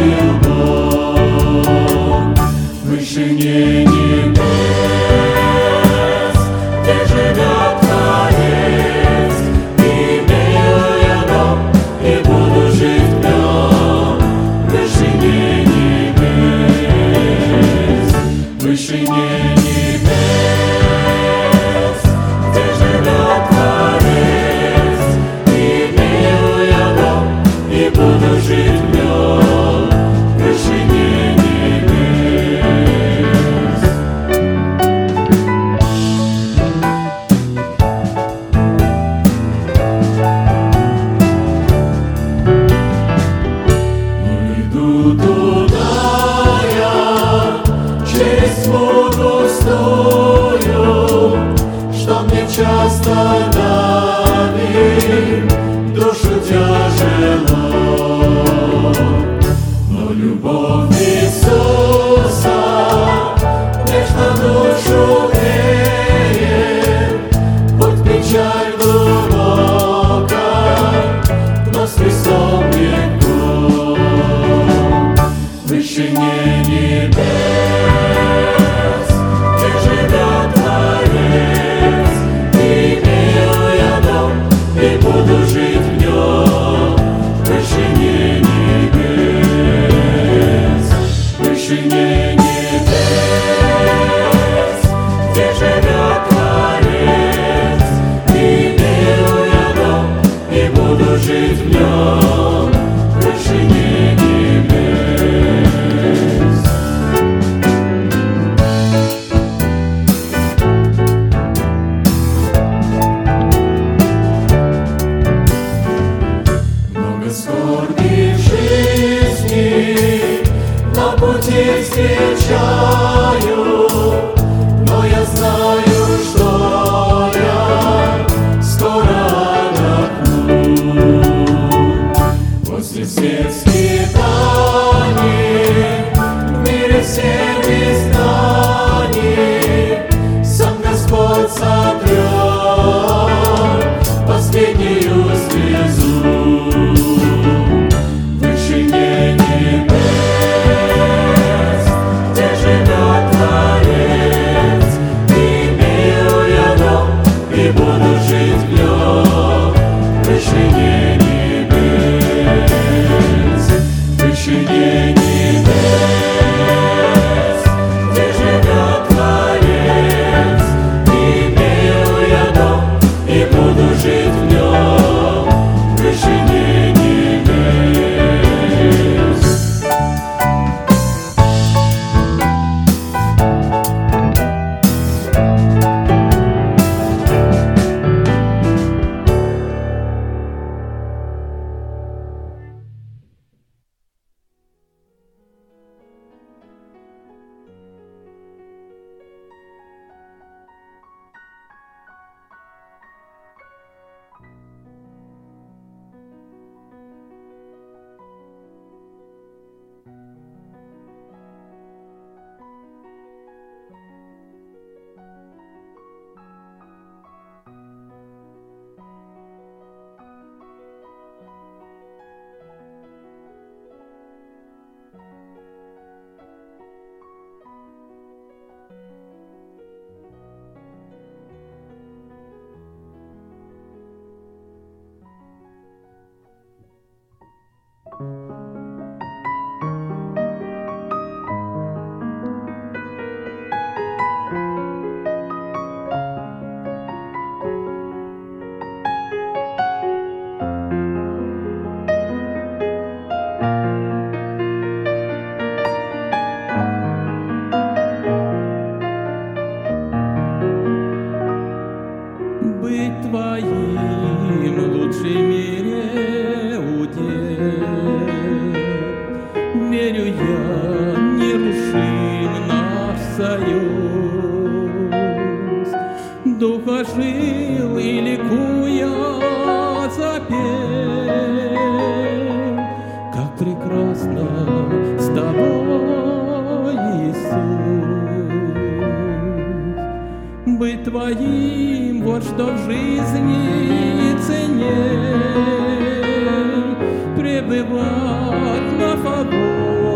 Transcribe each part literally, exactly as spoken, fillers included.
Пребывать на фаворе.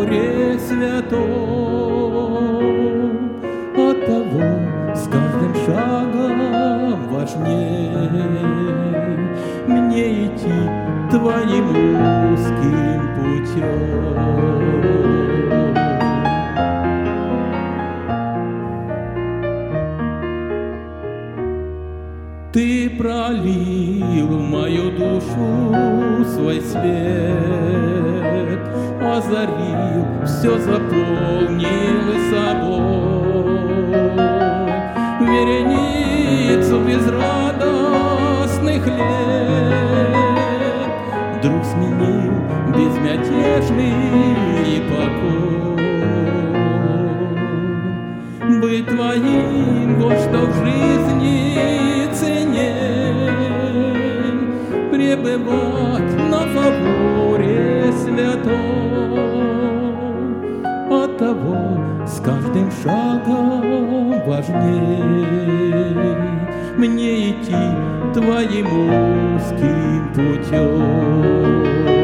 фаворе святом. Оттого с каждым шагом важней мне идти твоим узким путем. Ты пролил в мою душу свой свет, озарил, все заполнил собой. Вереницу безрадостных лет вдруг сменил безмятежный покой. Быть твоим, вот что в жизни ценней, пребывать на фаворе святом. Оттого с каждым шагом важней мне идти твоим узким путем.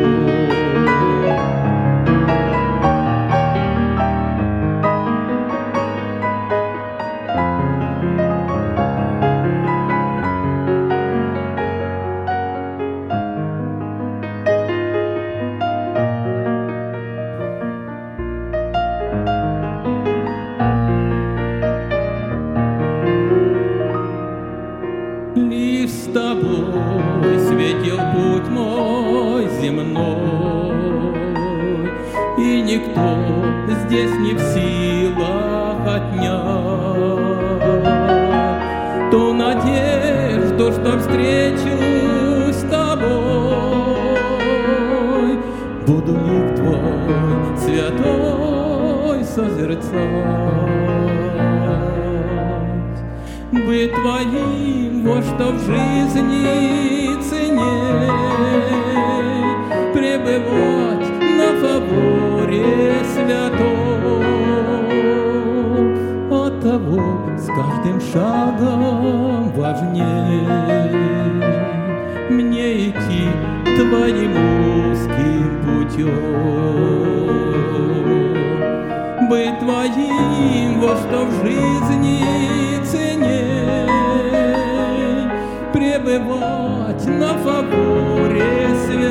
Лишь с тобой светил путь мой земной, и никто здесь не в силах отнять ту надежду, что встречусь с тобой. Буду лик твой святой созерцать. Быть твоим, вот что в жизни ценней, пребывать на фаворе святом. Оттого с каждым шагом важней мне идти твоим узким путем. Быть твоим, вот что в жизни ценней, пребывать на фаворе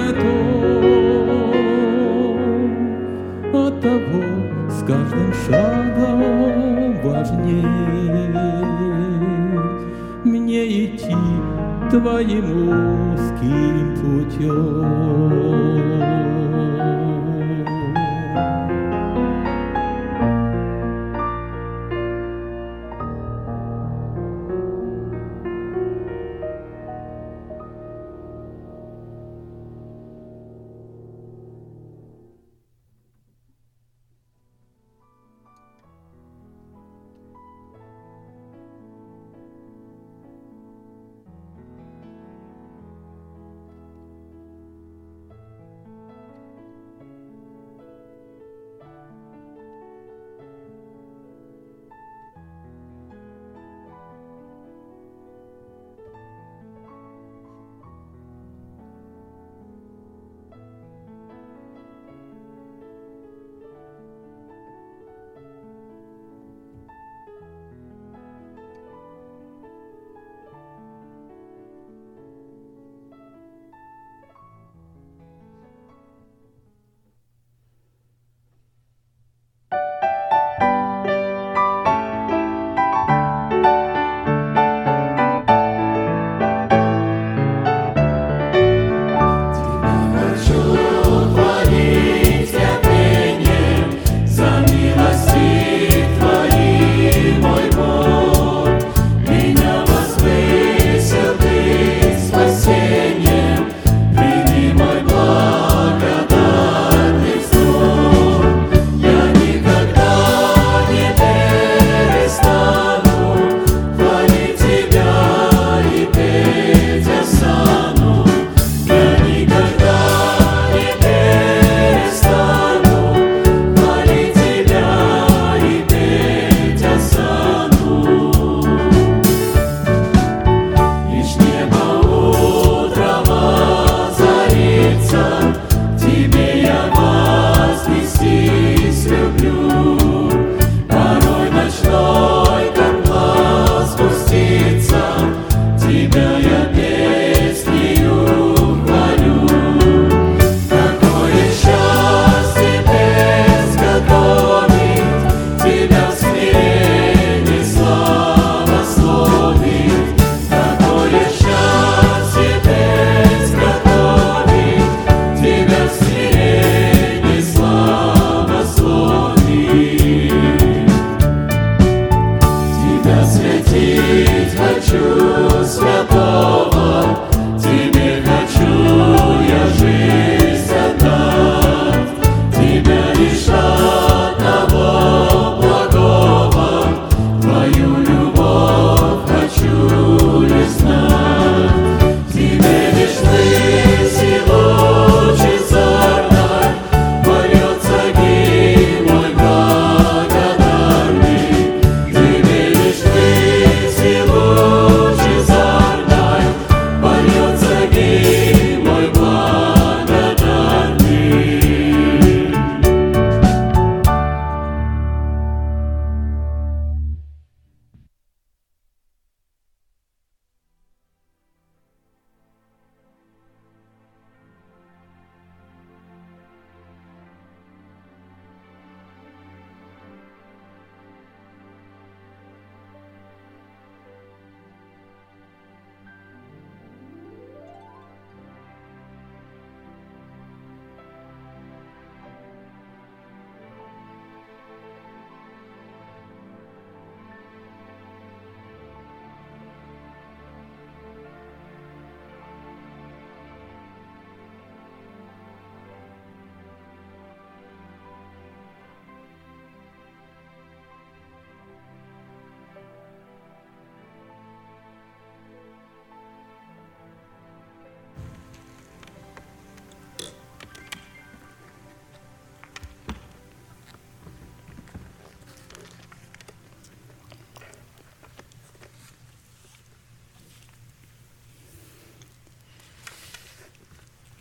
святом. Оттого с каждым шагом важней мне идти твоим узким путем.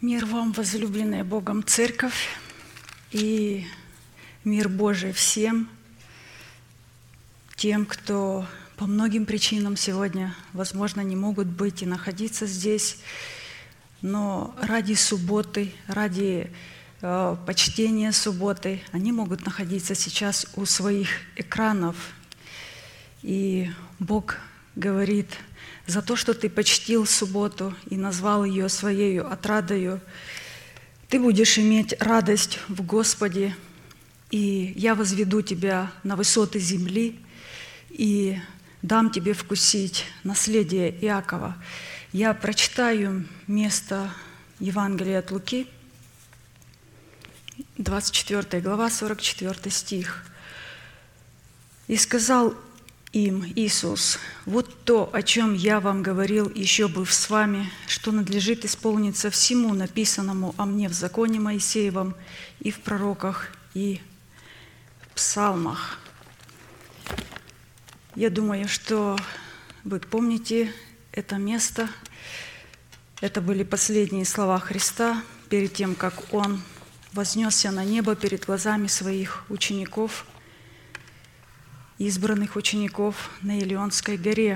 Мир вам, возлюбленная Богом Церковь, и мир Божий всем тем, кто по многим причинам сегодня, возможно, не могут быть и находиться здесь, но ради субботы, ради э, почтения субботы, они могут находиться сейчас у своих экранов. И Бог говорит: за то, что ты почтил субботу и назвал ее своею отрадою, ты будешь иметь радость в Господе, и я возведу тебя на высоты земли и дам тебе вкусить наследие Иакова. Я прочитаю место Евангелия от Луки, двадцать четвёртая глава, сорок четвёртый стих. «И сказал им Иисус: вот то, о чем я вам говорил, еще быв с вами, что надлежит исполниться всему написанному о мне в законе Моисеевом и в пророках и в псалмах». Я думаю, что вы помните это место. Это были последние слова Христа перед тем, как Он вознесся на небо перед глазами своих учеников, избранных учеников на Илионской горе.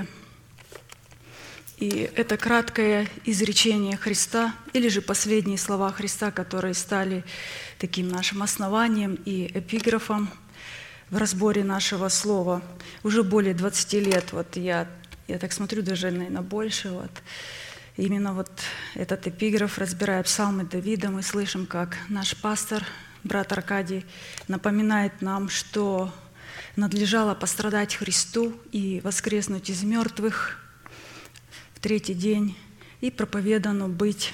И это краткое изречение Христа, или же последние слова Христа, которые стали таким нашим основанием и эпиграфом в разборе нашего слова. Уже более двадцати лет, вот я, я так смотрю, даже, наверное, больше, вот, именно вот этот эпиграф, разбирая псалмы Давида, мы слышим, как наш пастор, брат Аркадий, напоминает нам, что надлежало пострадать Христу и воскреснуть из мертвых в третий день, и проповедану быть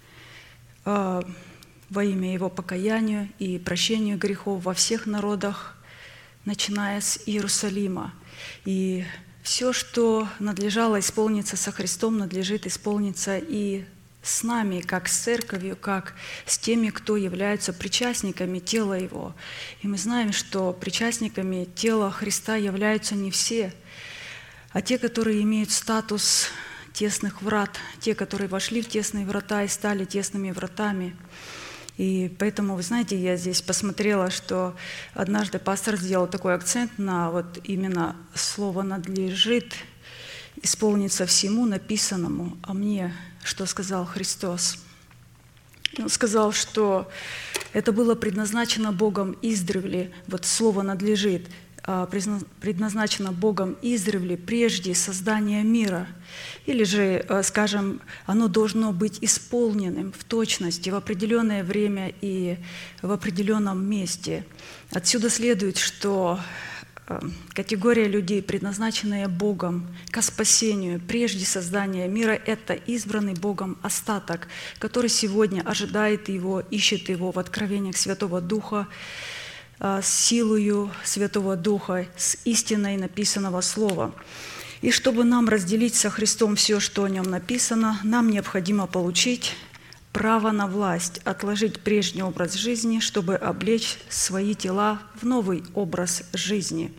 э, во имя Его покаянию и прощению грехов во всех народах, начиная с Иерусалима. И все, что надлежало исполниться со Христом, надлежит исполниться и с нами, как с церковью, как с теми, кто являются причастниками тела Его. И мы знаем, что причастниками тела Христа являются не все, а те, которые имеют статус тесных врат, те, которые вошли в тесные врата и стали тесными вратами. И поэтому, вы знаете, я здесь посмотрела, что однажды пастор сделал такой акцент на вот именно слово «надлежит исполниться всему написанному о мне», что сказал Христос. Он сказал, что это было предназначено Богом издревле, вот слово «надлежит», предназначено Богом издревле прежде создания мира. Или же, скажем, оно должно быть исполненным в точности в определенное время и в определенном месте. Отсюда следует, что категория людей, предназначенная Богом ко спасению прежде создания мира, это избранный Богом остаток, который сегодня ожидает Его, ищет Его в откровениях Святого Духа, с силою Святого Духа, с истиной написанного Слова. И чтобы нам разделить со Христом все, что о Нем написано, нам необходимо получить право на власть, отложить прежний образ жизни, чтобы облечь свои тела в новый образ жизни.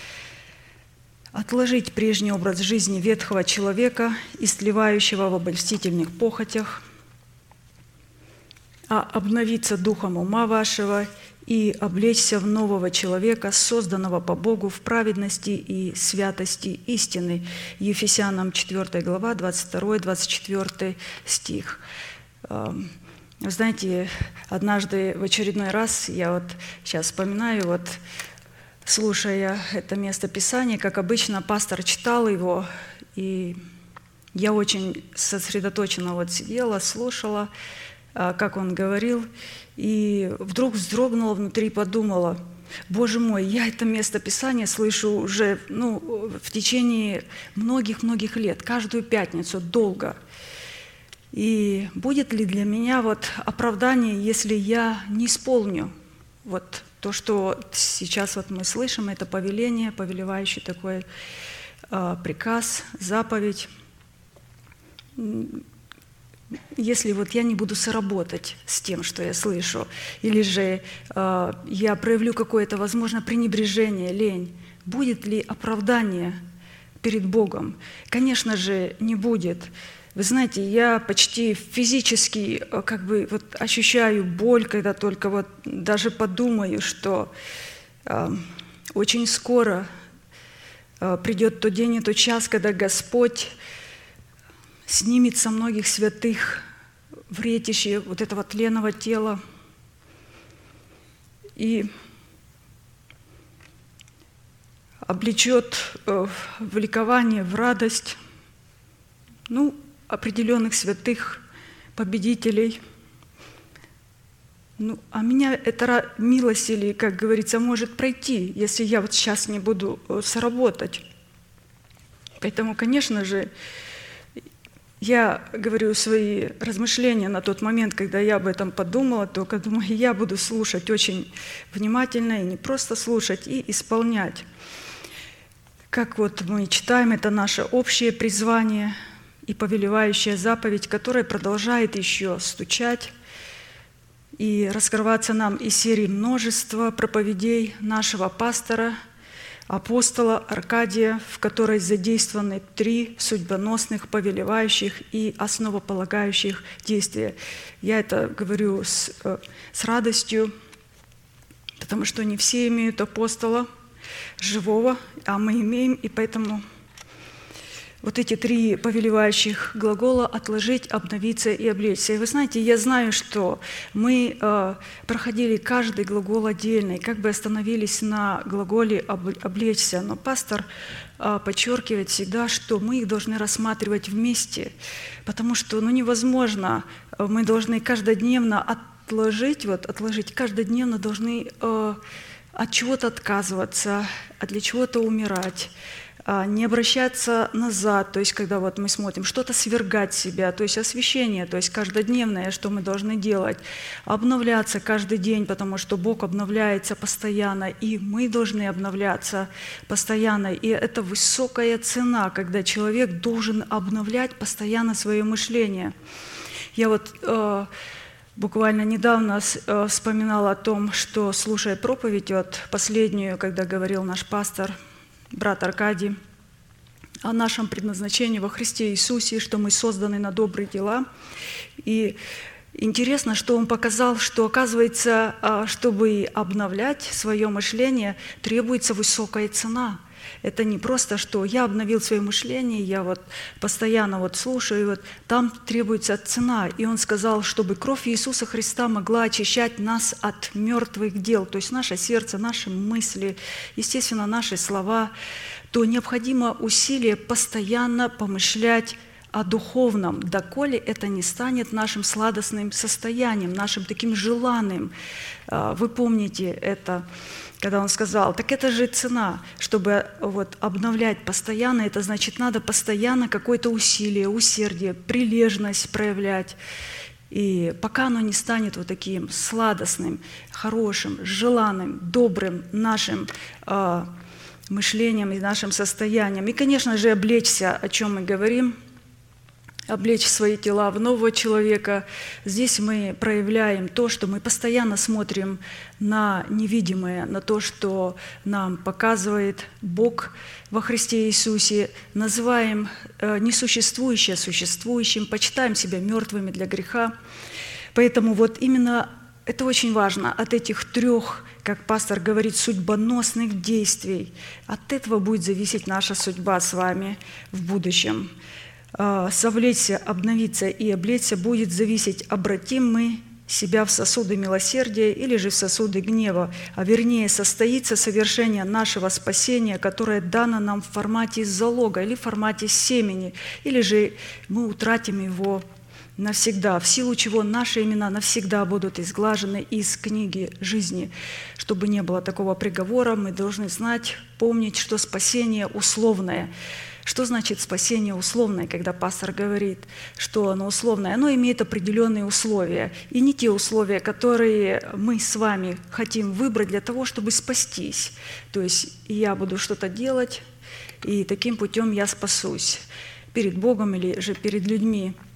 Отложить прежний образ жизни ветхого человека, истлевающего в обольстительных похотях, а обновиться духом ума вашего и облечься в нового человека, созданного по Богу в праведности и святости истины. Ефесянам четвёртая глава, двадцать второй — двадцать четвёртый стих. Вы знаете, однажды в очередной раз, я вот сейчас вспоминаю, вот слушая это место Писания, как обычно, пастор читал его, и я очень сосредоточенно вот сидела, слушала, как он говорил, и вдруг вздрогнула внутри, подумала: Боже мой, я это место Писания слышу уже ну, в течение многих-многих лет, каждую пятницу, долго. И будет ли для меня вот оправдание, если я не исполню вот то, что сейчас вот мы слышим, это повеление, повелевающий такой э, приказ, заповедь. Если вот я не буду соработать с тем, что я слышу, или же э, я проявлю какое-то, возможно, пренебрежение, лень, будет ли оправдание перед Богом? Конечно же, не будет. Вы знаете, я почти физически как бы вот ощущаю боль, когда только вот даже подумаю, что э, очень скоро э, придет тот день и тот час, когда Господь снимет со многих святых вретище вот этого тленного тела и облечет э, в ликование, в радость, ну, определенных святых, победителей. Ну, а меня эта милость, или, как говорится, может пройти, если я вот сейчас не буду сработать. Поэтому, конечно же, я говорю свои размышления на тот момент, когда я об этом подумала, только думаю, я буду слушать очень внимательно, и не просто слушать, и исполнять. Как вот мы читаем, это наше общее призвание и повелевающая заповедь, которая продолжает еще стучать и раскрываться нам из серии множества проповедей нашего пастора, апостола Аркадия, в которой задействованы три судьбоносных, повелевающих и основополагающих действия. Я это говорю с, с радостью, потому что не все имеют апостола живого, а мы имеем, и поэтому вот эти три повелевающих глагола «отложить», «обновиться» и «облечься». И вы знаете, я знаю, что мы э, проходили каждый глагол отдельно, и как бы остановились на глаголе «облечься», но пастор э, подчеркивает всегда, что мы их должны рассматривать вместе, потому что ну, невозможно, мы должны каждодневно отложить, вот, отложить, каждодневно должны э, от чего-то отказываться, а для чего-то умирать, не обращаться назад, то есть когда вот мы смотрим, что-то свергать себя, то есть освящение, то есть каждодневное, что мы должны делать, обновляться каждый день, потому что Бог обновляется постоянно, и мы должны обновляться постоянно, и это высокая цена, когда человек должен обновлять постоянно свое мышление. Я вот э, буквально недавно э, вспоминала о том, что, слушая проповедь, вот последнюю, когда говорил наш пастор, брат Аркадий, о нашем предназначении во Христе Иисусе, что мы созданы на добрые дела. И интересно, что он показал, что, оказывается, чтобы обновлять свое мышление, требуется высокая цена. Это не просто, что я обновил свое мышление, я вот постоянно вот слушаю, и вот там требуется цена. И он сказал, чтобы кровь Иисуса Христа могла очищать нас от мертвых дел, то есть наше сердце, наши мысли, естественно, наши слова, то необходимо усилие постоянно помышлять о духовном, доколе это не станет нашим сладостным состоянием, нашим таким желанным. Вы помните это, когда он сказал, так это же цена, чтобы вот обновлять постоянно, это значит, надо постоянно какое-то усилие, усердие, прилежность проявлять. И пока оно не станет вот таким сладостным, хорошим, желанным, добрым нашим э, мышлением и нашим состоянием. И, конечно же, облечься, о чем мы говорим, облечь свои тела в нового человека. Здесь мы проявляем то, что мы постоянно смотрим на невидимое, на то, что нам показывает Бог во Христе Иисусе, называем несуществующее существующим, почитаем себя мертвыми для греха. Поэтому вот именно это очень важно, от этих трех, как пастор говорит, судьбоносных действий, от этого будет зависеть наша судьба с вами в будущем. Совлечься, обновиться и облечься будет зависеть, обратим мы себя в сосуды милосердия или же в сосуды гнева, а вернее состоится совершение нашего спасения, которое дано нам в формате залога или в формате семени, или же мы утратим его навсегда, в силу чего наши имена навсегда будут изглажены из книги жизни. Чтобы не было такого приговора, мы должны знать, помнить, что спасение условное. Что значит спасение условное, когда пастор говорит, что оно условное? Оно имеет определенные условия, и не те условия, которые мы с вами хотим выбрать для того, чтобы спастись. То есть я буду что-то делать, и таким путем я спасусь перед Богом или же перед людьми.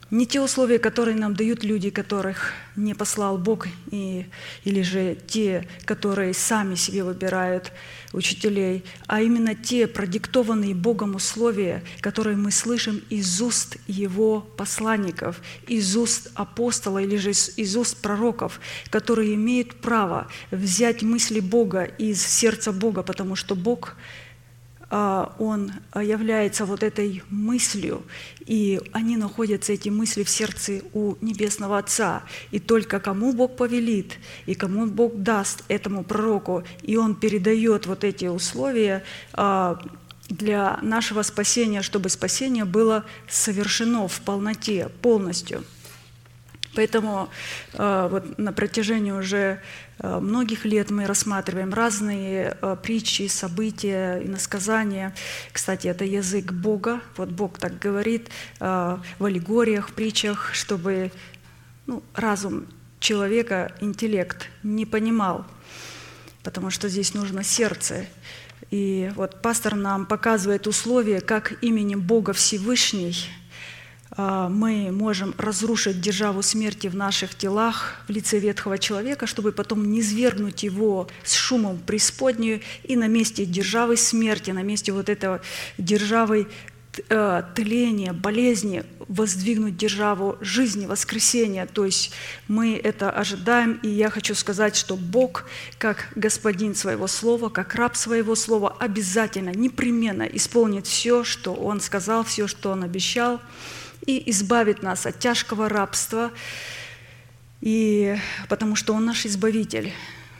не те условия, которые нам дают люди, которых не послал Бог, и, или же те, которые сами себе выбирают учителей, а именно те продиктованные Богом условия, которые мы слышим из уст Его посланников, из уст апостола или же из уст пророков, которые имеют право взять мысли Бога из сердца Бога, потому что Бог – Он является вот этой мыслью, и они находятся, эти мысли, в сердце у Небесного Отца. И только кому Бог повелит, и кому Бог даст этому пророку, и он передает вот эти условия для нашего спасения, чтобы спасение было совершено в полноте, полностью. Поэтому вот на протяжении уже многих лет мы рассматриваем разные притчи, события, иносказания. Кстати, это язык Бога. Вот Бог так говорит в аллегориях, в притчах, чтобы ну, разум человека, интеллект не понимал, потому что здесь нужно сердце. И вот пастор нам показывает условия, как именем Бога Всевышний мы можем разрушить державу смерти в наших телах в лице ветхого человека, чтобы потом низвергнуть его с шумом в преисподнюю и на месте державы смерти, на месте вот этого державы тления, болезни воздвигнуть державу жизни, воскресения. То есть мы это ожидаем, и я хочу сказать, что Бог, как господин своего слова, как раб своего слова, обязательно, непременно исполнит все, что Он сказал, все, что Он обещал, и избавит нас от тяжкого рабства, и, потому что Он наш Избавитель.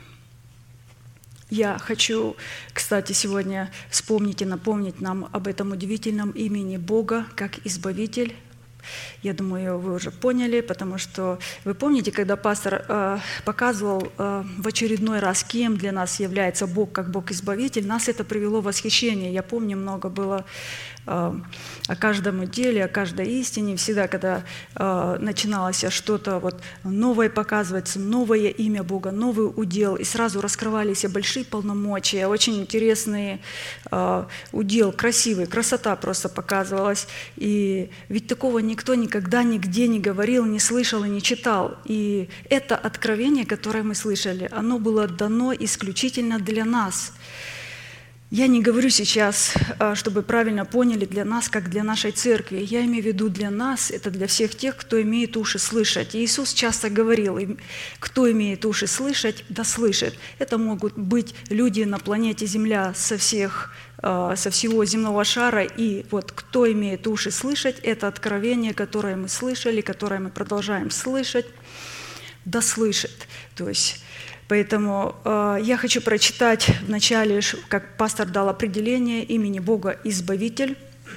Я хочу, кстати, сегодня вспомнить и напомнить нам об этом удивительном имени Бога как Избавитель. Я думаю, вы уже поняли, потому что вы помните, когда пастор э, показывал э, в очередной раз, кем для нас является Бог как Бог-Избавитель, нас это привело в восхищение. Я помню, много было э, о каждом деле, о каждой истине. Всегда, когда э, начиналось что-то вот новое показывается, новое имя Бога, новый удел, и сразу раскрывались большие полномочия, очень интересный э, удел, красивый, красота просто показывалась. И ведь такого никто никогда нигде не говорил, не слышал и не читал. И это откровение, которое мы слышали, оно было дано исключительно для нас. Я не говорю сейчас, чтобы правильно поняли, для нас, как для нашей церкви. Я имею в виду для нас, это для всех тех, кто имеет уши слышать. И Иисус часто говорил, кто имеет уши слышать, да слышит. Это могут быть люди на планете Земля со всех со всего земного шара, и вот кто имеет уши слышать, это откровение, которое мы слышали, которое мы продолжаем слышать, да слышит. То есть, поэтому э, я хочу прочитать вначале, как пастор дал определение имени Бога Избавитель.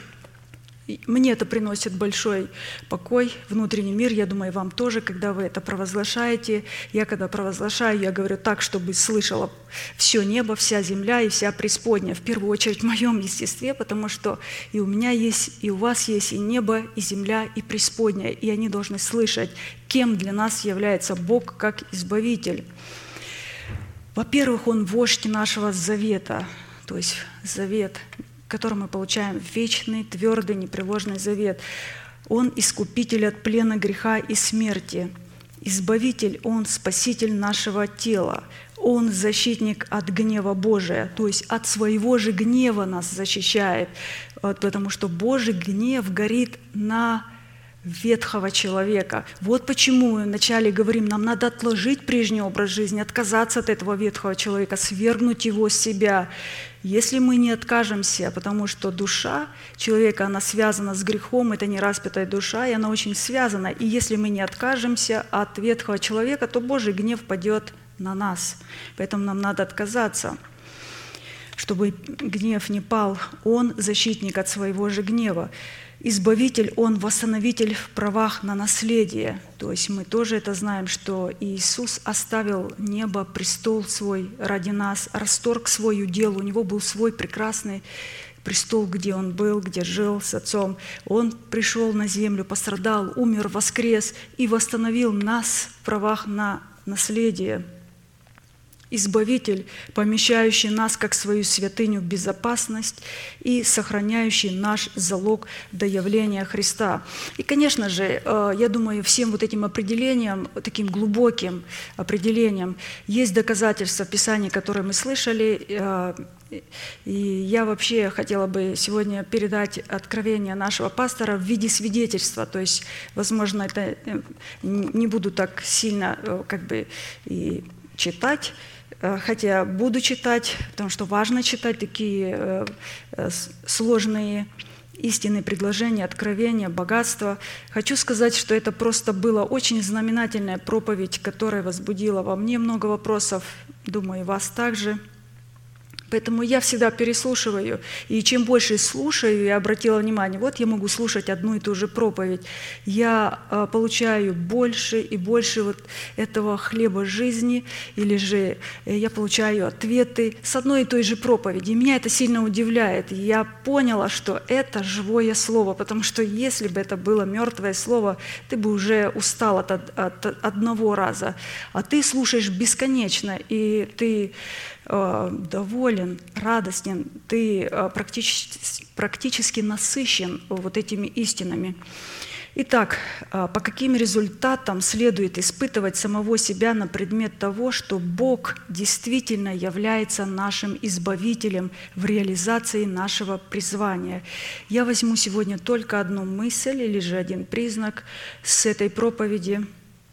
Мне это приносит большой покой, внутренний мир, я думаю, вам тоже, когда вы это провозглашаете. Я когда провозглашаю, я говорю так, чтобы слышало все небо, вся земля и вся преисподняя, в первую очередь в моем естестве, потому что и у меня есть, и у вас есть и небо, и земля, и преисподняя, и они должны слышать, кем для нас является Бог как Избавитель. Во-первых, Он вождь нашего завета, то есть завет, который мы получаем, вечный, твердый, непреложный завет. Он искупитель от плена греха и смерти. Избавитель, Он спаситель нашего тела. Он защитник от гнева Божия, то есть от своего же гнева нас защищает, потому что Божий гнев горит на ветхого человека. Вот почему мы вначале говорим, нам надо отложить прежний образ жизни, отказаться от этого ветхого человека, свергнуть его с себя. Если мы не откажемся, потому что душа человека, она связана с грехом, это не распятая душа, и она очень связана. И если мы не откажемся от ветхого человека, то Божий гнев падет на нас. Поэтому нам надо отказаться, чтобы гнев не пал. Он защитник от своего же гнева. Избавитель, Он восстановитель в правах на наследие. То есть мы тоже это знаем, что Иисус оставил небо, престол свой ради нас, расторг свой удел. У Него был свой прекрасный престол, где Он был, где жил с Отцом. Он пришел на землю, пострадал, умер, воскрес и восстановил нас в правах на наследие. Избавитель, помещающий нас как свою святыню в безопасность и сохраняющий наш залог до явления Христа. И, конечно же, я думаю, всем вот этим определением, таким глубоким определением, есть доказательства в Писании, которые мы слышали. И я вообще хотела бы сегодня передать откровение нашего пастора в виде свидетельства. То есть, возможно, это не буду так сильно как бы и читать, хотя буду читать, потому что важно читать такие сложные истинные предложения, откровения, богатства. Хочу сказать, что это просто была очень знаменательная проповедь, которая возбудила во мне много вопросов, думаю, вас также. Поэтому я всегда переслушиваю, и чем больше слушаю, я обратила внимание, вот я могу слушать одну и ту же проповедь, я а, получаю больше и больше вот этого хлеба жизни, или же я получаю ответы с одной и той же проповеди. И меня это сильно удивляет. И я поняла, что это живое слово, потому что если бы это было мертвое слово, ты бы уже устал от, от, от одного раза, а ты слушаешь бесконечно, и ты доволен, радостен, ты практически, практически насыщен вот этими истинами. Итак, по каким результатам следует испытывать самого себя на предмет того, что Бог действительно является нашим избавителем в реализации нашего призвания? Я возьму сегодня только одну мысль или же один признак с этой проповеди,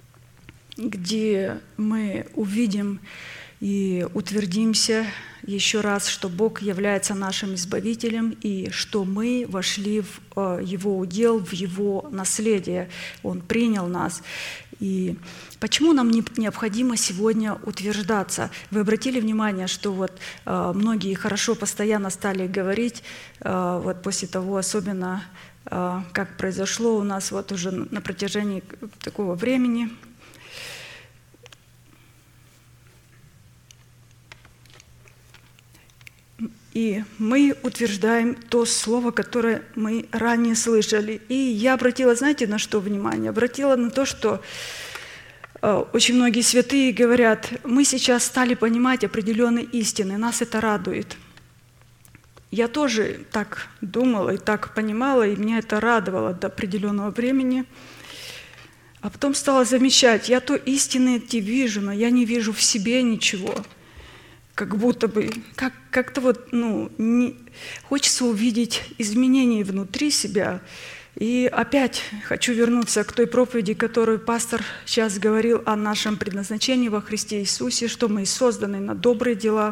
где мы увидим и утвердимся еще раз, что Бог является нашим избавителем и что мы вошли в Его удел, в Его наследие. Он принял нас. И почему нам необходимо сегодня утверждаться? Вы обратили внимание, что вот многие хорошо постоянно стали говорить, вот после того, особенно как произошло у нас вот уже на протяжении такого времени, и мы утверждаем то слово, которое мы ранее слышали. И я обратила, знаете, на что внимание? Обратила на то, что э, очень многие святые говорят, мы сейчас стали понимать определенные истины, нас это радует. Я тоже так думала и так понимала, и меня это радовало до определенного времени. А потом стала замечать, я то истины эти вижу, но я не вижу в себе ничего. Как будто бы, как, как-то вот, ну, не, хочется увидеть изменения внутри себя. И опять хочу вернуться к той проповеди, которую пастор сейчас говорил о нашем предназначении во Христе Иисусе, что мы созданы на добрые дела.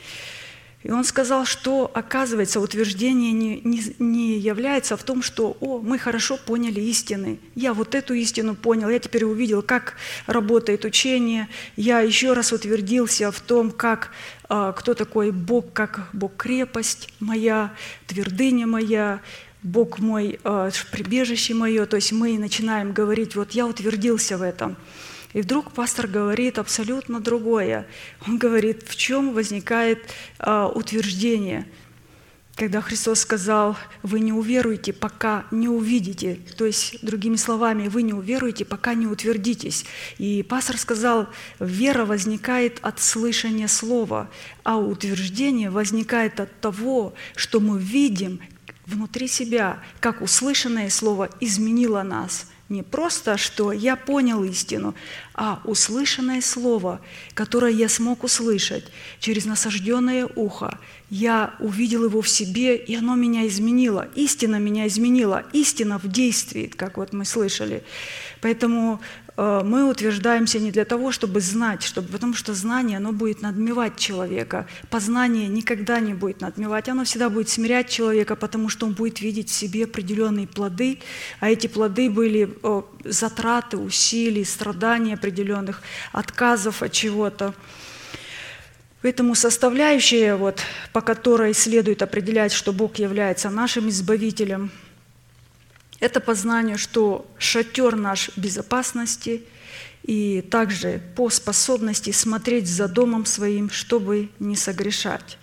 И он сказал, что, оказывается, утверждение не, не, не является в том, что «О, мы хорошо поняли истины, я вот эту истину понял, я теперь увидел, как работает учение, я еще раз утвердился в том, как, а, кто такой Бог, как Бог-крепость моя, твердыня моя, Бог мой, а, прибежище мое». То есть мы начинаем говорить «Вот я утвердился в этом». И вдруг пастор говорит абсолютно другое. Он говорит, в чем возникает а, утверждение. Когда Христос сказал, вы не уверуете, пока не увидите. То есть, другими словами, вы не уверуете, пока не утвердитесь. И пастор сказал, вера возникает от слышания слова, а утверждение возникает от того, что мы видим внутри себя, как услышанное слово изменило нас. Не просто, что я понял истину, а услышанное слово, которое я смог услышать через насажденное ухо. Я увидел его в себе, и оно меня изменило. Истина меня изменила. Истина в действии, как вот мы слышали. Поэтому э, мы утверждаемся не для того, чтобы знать, чтобы, потому что знание, оно будет надмевать человека. Познание никогда не будет надмевать. Оно всегда будет смирять человека, потому что он будет видеть в себе определенные плоды, а эти плоды были э, затраты, усилий, страдания определенных, отказов от чего-то. Поэтому составляющая, вот, по которой следует определять, что Бог является нашим избавителем, это познание, что шатер наш безопасности, и также по способности смотреть за домом своим, чтобы не согрешать.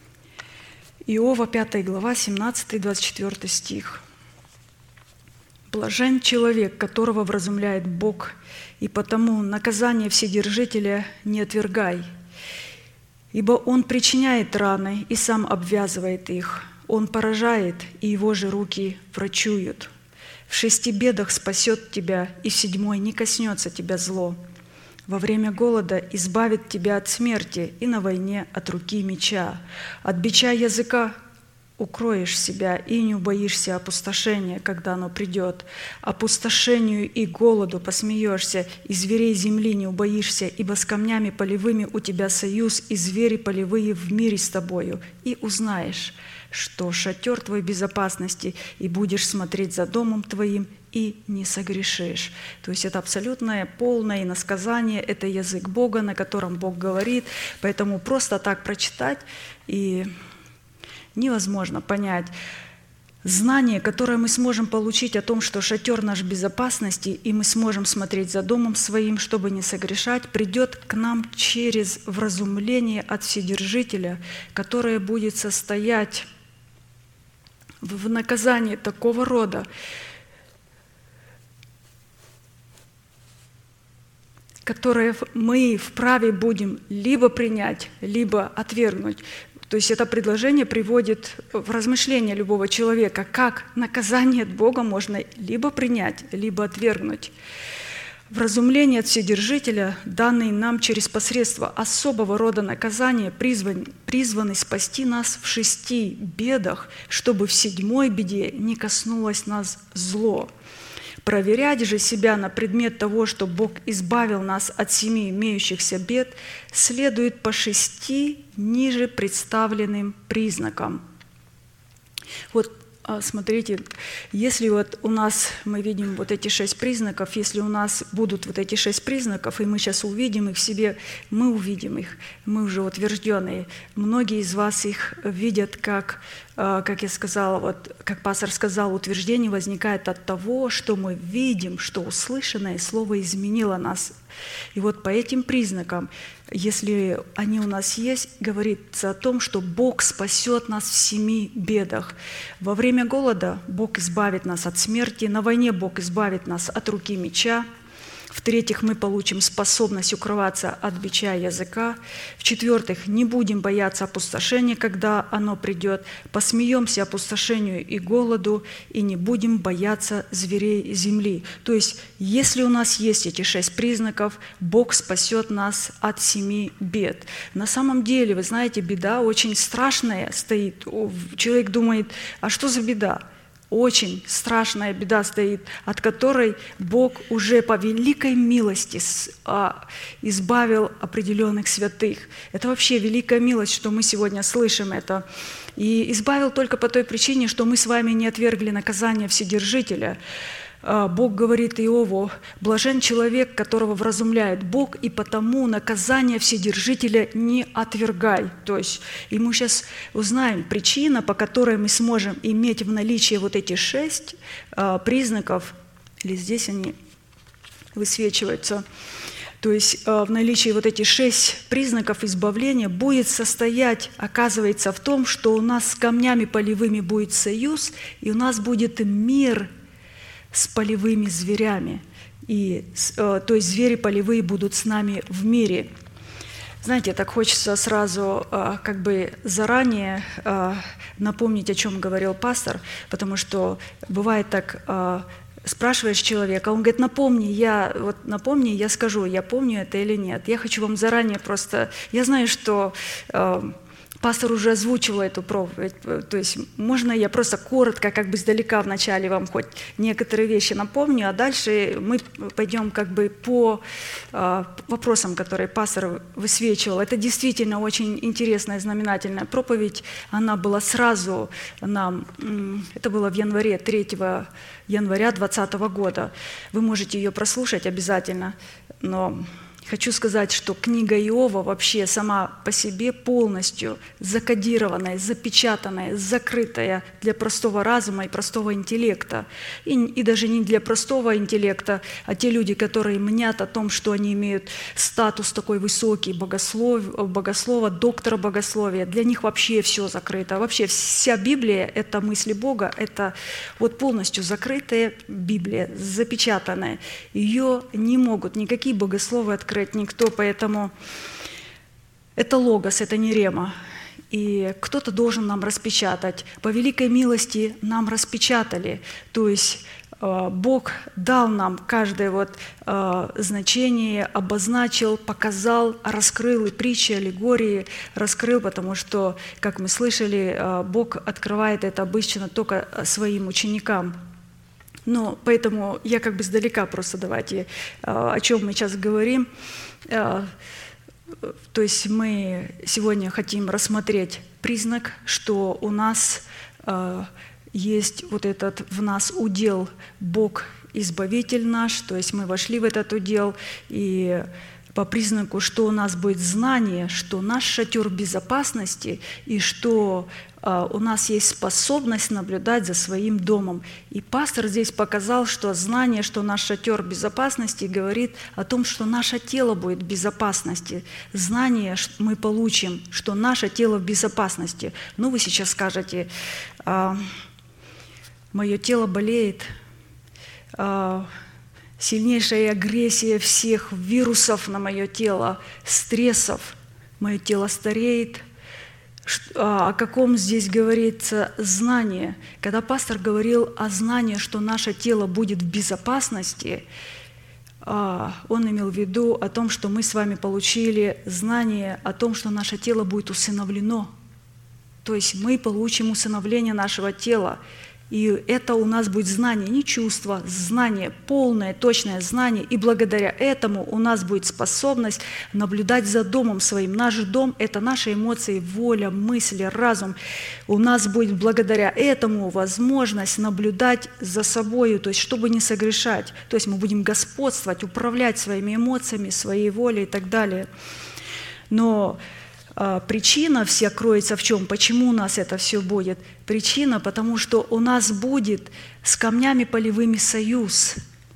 Иова, пятая глава, семнадцатый-двадцать четвёртый стих. Блажен человек, которого вразумляет Бог, и потому наказание Вседержителя не отвергай. Ибо Он причиняет раны и сам обвязывает их. Он поражает, и Его же руки врачуют. В шести бедах спасет тебя, и в седьмой не коснется тебя зло. Во время голода избавит тебя от смерти, и на войне от руки меча. От бича языка укроешь себя, и не убоишься опустошения, когда оно придет. Опустошению и голоду посмеешься, и зверей земли не убоишься, ибо с камнями полевыми у тебя союз, и звери полевые в мире с тобою. И узнаешь, что шатер твой безопасности, и будешь смотреть за домом твоим, и не согрешишь. То есть это абсолютное, полное иносказание, это язык Бога, на котором Бог говорит. Поэтому просто так прочитать и невозможно понять знание, которое мы сможем получить о том, что шатер наш безопасности, и мы сможем смотреть за домом своим, чтобы не согрешать, придет к нам через вразумление от Вседержителя, которое будет состоять в наказании такого рода, которое мы вправе будем либо принять, либо отвергнуть. То есть это предложение приводит в размышление любого человека, как наказание от Бога можно либо принять, либо отвергнуть. Вразумление от Вседержителя, данные нам через посредство особого рода наказания, призван, призваны спасти нас в шести бедах, чтобы в седьмой беде не коснулось нас зло. Проверять же себя на предмет того, что Бог избавил нас от семи имеющихся бед, следует по шести ниже представленным признакам. Вот смотрите, если вот у нас мы видим вот эти шесть признаков, если у нас будут вот эти шесть признаков, и мы сейчас увидим их в себе, мы увидим их, мы уже утвержденные. Многие из вас их видят как, как я сказала, вот, как пастор сказал, утверждение возникает от того, что мы видим, что услышанное слово изменило нас. И вот по этим признакам, если они у нас есть, говорится о том, что Бог спасет нас в семи бедах. Во время голода Бог избавит нас от смерти, на войне Бог избавит нас от руки меча. В-третьих, мы получим способность укрываться от бича языка. В-четвертых, не будем бояться опустошения, когда оно придет. Посмеемся опустошению и голоду, и не будем бояться зверей земли. То есть, если у нас есть эти шесть признаков, Бог спасет нас от семи бед. На самом деле, вы знаете, беда очень страшная стоит. Человек думает, а что за беда? Очень страшная беда стоит, от которой Бог уже по великой милости избавил определенных святых. Это вообще великая милость, что мы сегодня слышим это. И избавил только по той причине, что мы с вами не отвергли наказание Вседержителя. Бог говорит Иову: «Блажен человек, которого вразумляет Бог, и потому наказание Вседержителя не отвергай». То есть, и мы сейчас узнаем причину, по которой мы сможем иметь в наличии вот эти шесть признаков, или здесь они высвечиваются. То есть в наличии вот этих шесть признаков избавления будет состоять, оказывается, в том, что у нас с камнями полевыми будет союз, и у нас будет мир с полевыми зверями. И, то есть звери полевые будут с нами в мире. Знаете, так хочется сразу как бы заранее напомнить, о чем говорил пастор, потому что бывает так, спрашиваешь человека, он говорит: напомни, я вот напомни, я скажу, я помню это или нет. Я хочу вам заранее просто, я знаю, что пастор уже озвучивал эту проповедь, то есть можно я просто коротко, как бы издалека вначале вам хоть некоторые вещи напомню, а дальше мы пойдем как бы по э, вопросам, которые пастор высвечивал. Это действительно очень интересная, знаменательная проповедь. Она была сразу нам, это было в январе, третьего января двадцатого года. Вы можете ее прослушать обязательно, но хочу сказать, что книга Иова вообще сама по себе полностью закодированная, запечатанная, закрытая для простого разума и простого интеллекта. И, и даже не для простого интеллекта, а те люди, которые мнят о том, что они имеют статус такой высокий, богослов, богослова, доктора богословия, для них вообще все закрыто. Вообще вся Библия – это мысли Бога, это вот полностью закрытая Библия, запечатанная. Ее не могут никакие богословы открыть, никто, поэтому это логос, это не рема. И кто-то должен нам распечатать. По великой милости нам распечатали, то есть Бог дал нам каждое вот значение, обозначил, показал, раскрыл и притчи, аллегории раскрыл, потому что, как мы слышали, Бог открывает это обычно только своим ученикам. Но поэтому я как бы сдалека просто давайте, о чем мы сейчас говорим. То есть мы сегодня хотим рассмотреть признак, что у нас есть вот этот в нас удел Бог, Избавитель наш, то есть мы вошли в этот удел, и по признаку, что у нас будет знание, что наш шатер безопасности, и что э, у нас есть способность наблюдать за своим домом. И пастор здесь показал, что знание, что наш шатер безопасности, говорит о том, что наше тело будет в безопасности. Знание мы получим, что наше тело в безопасности. Ну, вы сейчас скажете, э, мое тело болеет, э, сильнейшая агрессия всех вирусов на мое тело, стрессов, мое тело стареет. О каком здесь говорится знание? Когда пастор говорил о знании, что наше тело будет в безопасности, он имел в виду о том, что мы с вами получили знание о том, что наше тело будет усыновлено. То есть мы получим усыновление нашего тела. И это у нас будет знание, не чувство, знание, полное, точное знание. И благодаря этому у нас будет способность наблюдать за домом своим. Наш дом – это наши эмоции, воля, мысли, разум. У нас будет благодаря этому возможность наблюдать за собой, то есть чтобы не согрешать. То есть мы будем господствовать, управлять своими эмоциями, своей волей и так далее. Но причина вся кроется в чем? Почему у нас это все будет? Причина, потому что у нас будет с камнями полевыми союз,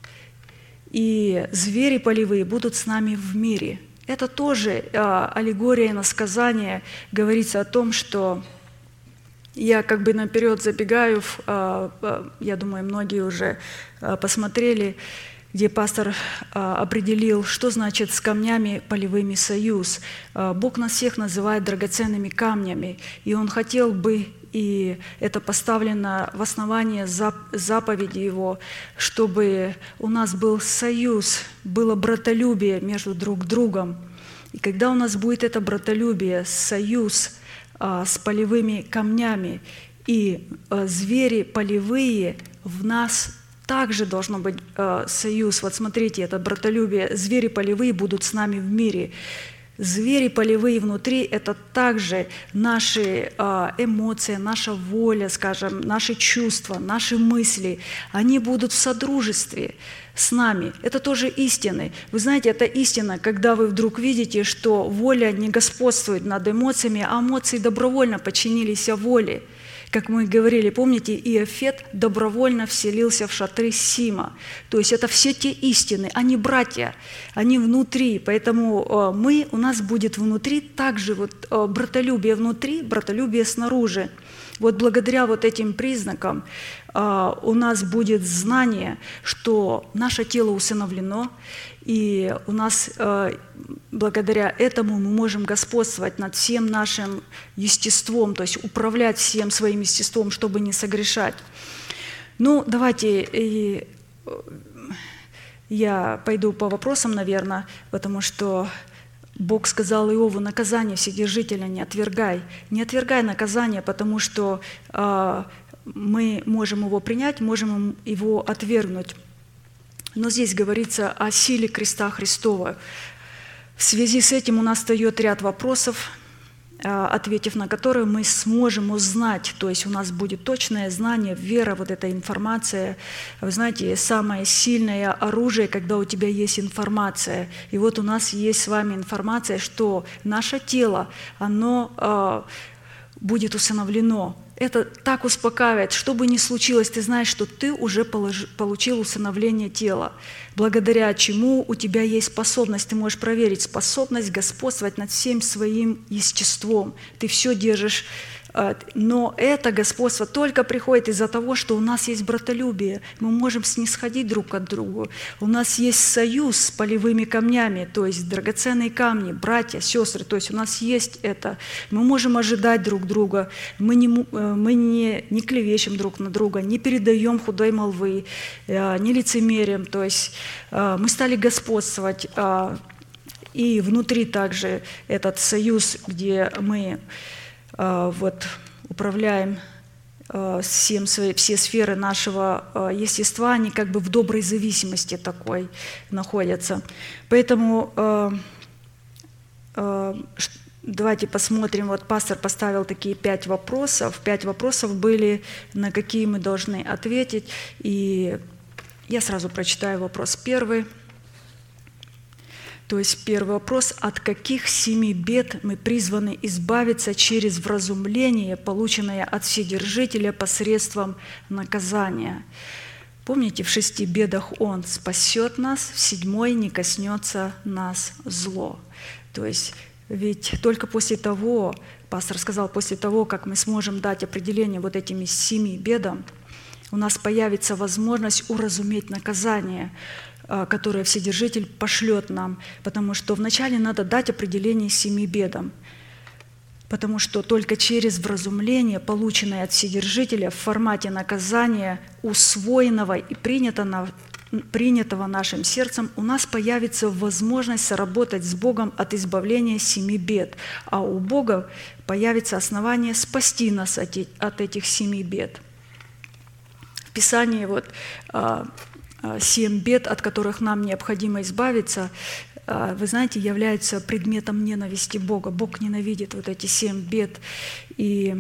и звери полевые будут с нами в мире. Это тоже аллегория и насказание, говорится о том, что я как бы наперед забегаю, я думаю, многие уже посмотрели, где пастор а, определил, что значит «с камнями полевыми союз». А, Бог нас всех называет драгоценными камнями, и Он хотел бы, и это поставлено в основание зап- заповеди Его, чтобы у нас был союз, было братолюбие между друг другом. И когда у нас будет это братолюбие, союз а, с полевыми камнями, и а, звери полевые в нас также должно быть э, союз. Вот смотрите, это братолюбие. Звери полевые будут с нами в мире. Звери полевые внутри – это также наши э, эмоции, наша воля, скажем, наши чувства, наши мысли. Они будут в содружестве с нами. Это тоже истины. Вы знаете, это истина, когда вы вдруг видите, что воля не господствует над эмоциями, а эмоции добровольно подчинились воле. Как мы говорили, помните, Иофет добровольно вселился в шатры Сима. То есть это все те истины, они братья, они внутри. Поэтому мы, у нас будет внутри также вот братолюбие внутри, братолюбие снаружи. Вот благодаря вот этим признакам у нас будет знание, что наше тело усыновлено, и у нас благодаря этому мы можем господствовать над всем нашим естеством, то есть управлять всем своим естеством, чтобы не согрешать. Ну, давайте и я пойду по вопросам, наверное, потому что Бог сказал Иову: наказание вседержителя не отвергай. Не отвергай наказание, потому что э, мы можем его принять, можем его отвергнуть. Но здесь говорится о силе креста Христова. В связи с этим у нас встает ряд вопросов. ответив на которые мы сможем узнать, то есть у нас будет точное знание, вера, вот эта информация. Вы знаете, самое сильное оружие, когда у тебя есть информация. И вот у нас есть с вами информация, что наше тело, оно будет усыновлено. Это так успокаивает. Что бы ни случилось, ты знаешь, что ты уже положи, получил усыновление тела, благодаря чему у тебя есть способность. Ты можешь проверить способность господствовать над всем своим естеством. Ты все держишь. Но это господство только приходит из-за того, что у нас есть братолюбие. Мы можем снисходить друг к другу. У нас есть союз с полевыми камнями, то есть драгоценные камни, братья, сестры. То есть у нас есть это. Мы можем ожидать друг друга. Мы не, мы не, не клевещем друг на друга, не передаем худой молвы, не лицемерим. То есть мы стали господствовать. И внутри также этот союз, где мы вот, управляем всем свои, все сферы нашего естества, они как бы в доброй зависимости такой находятся. Поэтому давайте посмотрим, вот пастор поставил такие пять вопросов. Пять вопросов были, на какие мы должны ответить. И я сразу прочитаю вопрос первый. То есть первый вопрос: от каких семи бед мы призваны избавиться через вразумление, полученное от Вседержителя посредством наказания? Помните, в шести бедах Он спасет нас, в седьмой не коснется нас зло. То есть ведь только после того, пастор сказал, после того, как мы сможем дать определение вот этими семи бедам, у нас появится возможность уразуметь наказание, которое Вседержитель пошлет нам, потому что вначале надо дать определение семи бедам, потому что только через вразумление, полученное от Вседержителя в формате наказания, усвоенного и принятого, принятого нашим сердцем, у нас появится возможность соработать с Богом от избавления семи бед, а у Бога появится основание спасти нас от этих семи бед. В Писании вот семь бед, от которых нам необходимо избавиться, вы знаете, являются предметом ненависти Бога. Бог ненавидит вот эти семь бед. И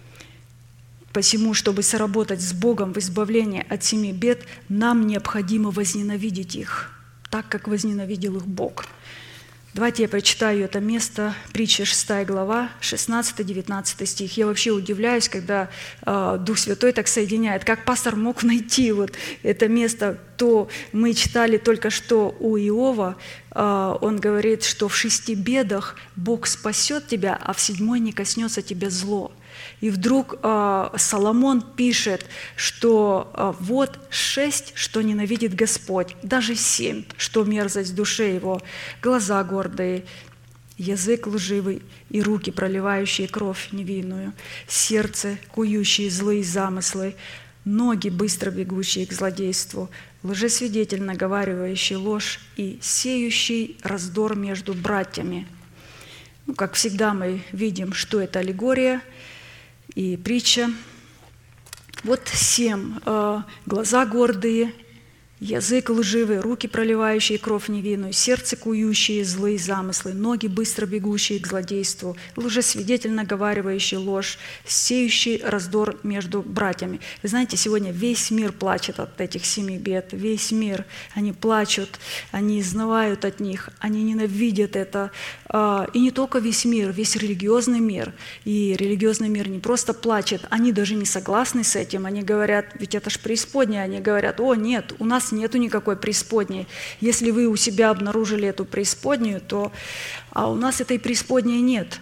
посему, чтобы соработать с Богом в избавлении от семи бед, нам необходимо возненавидеть их, так как возненавидел их Бог. Давайте я прочитаю это место, притча шестая глава, шестнадцатый-девятнадцатый стих. Я вообще удивляюсь, когда э, Дух Святой так соединяет. Как пастор мог найти вот это место? То мы читали только что у Иова, э, он говорит, что в шести бедах Бог спасет тебя, а в седьмой не коснется тебя зло. И вдруг э, Соломон пишет, что э, вот шесть, что ненавидит Господь, даже семь, что мерзость в душе его, глаза гордые, язык лживый и руки, проливающие кровь невинную, сердце, кующие злые замыслы, ноги, быстро бегущие к злодейству, лжесвидетель, наговаривающий ложь и сеющий раздор между братьями. Ну, как всегда мы видим, что это аллегория и притча. Вот семь. Глаза гордые, язык лживый, руки, проливающие кровь невинную, сердце, кующие злые замыслы, ноги, быстро бегущие к злодейству, лжесвидетель, наговаривающий ложь, сеющий раздор между братьями. Вы знаете, сегодня весь мир плачет от этих семи бед. Весь мир. Они плачут, они изнывают от них, они ненавидят это. И не только весь мир, весь религиозный мир. И религиозный мир не просто плачет, они даже не согласны с этим. Они говорят, ведь это ж преисподняя. Они говорят, о, нет, у нас нету никакой преисподней. Если вы у себя обнаружили эту преисподнюю, то а у нас этой преисподней нет.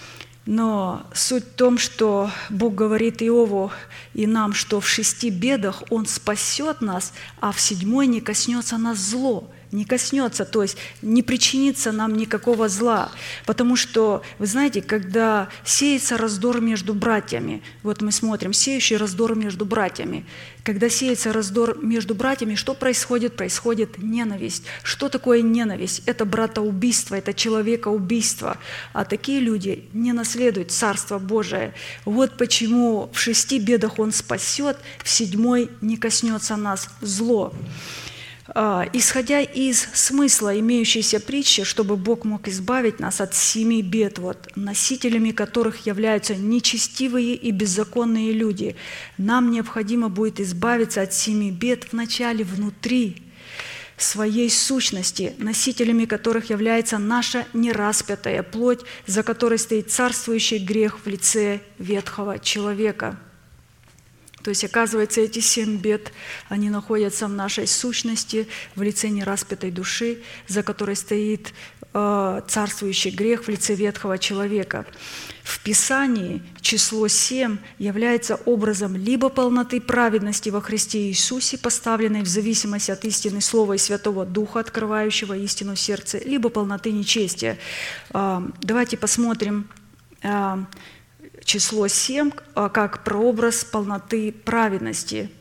Но суть в том, что Бог говорит Иову и нам, что в шести бедах Он спасет нас, а в седьмой не коснется нас зло. Не коснется, то есть не причинится нам никакого зла. Потому что, вы знаете, когда сеется раздор между братьями, вот мы смотрим, сеющий раздор между братьями, когда сеется раздор между братьями, что происходит? Происходит ненависть. Что такое ненависть? Это братоубийство, это человекоубийство. А такие люди не наследуют Царство Божие. Вот почему в шести бедах Он спасет, в седьмой не коснется нас зло. исходя из смысла имеющейся притчи, чтобы Бог мог избавить нас от семи бед, вот, носителями которых являются нечестивые и беззаконные люди, нам необходимо будет избавиться от семи бед вначале внутри своей сущности, носителями которых является наша нераспятая плоть, за которой стоит царствующий грех в лице ветхого человека. То есть, оказывается, эти семь бед, они находятся в нашей сущности, в лице нераспятой души, за которой стоит э, царствующий грех в лице ветхого человека. В Писании число семь является образом либо полноты праведности во Христе Иисусе, поставленной в зависимости от истины Слова и Святого Духа, открывающего истину в сердце, либо полноты нечестия. Э, давайте посмотрим э, число семь как прообраз полноты праведности.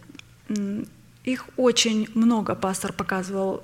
Их очень много пастор показывал.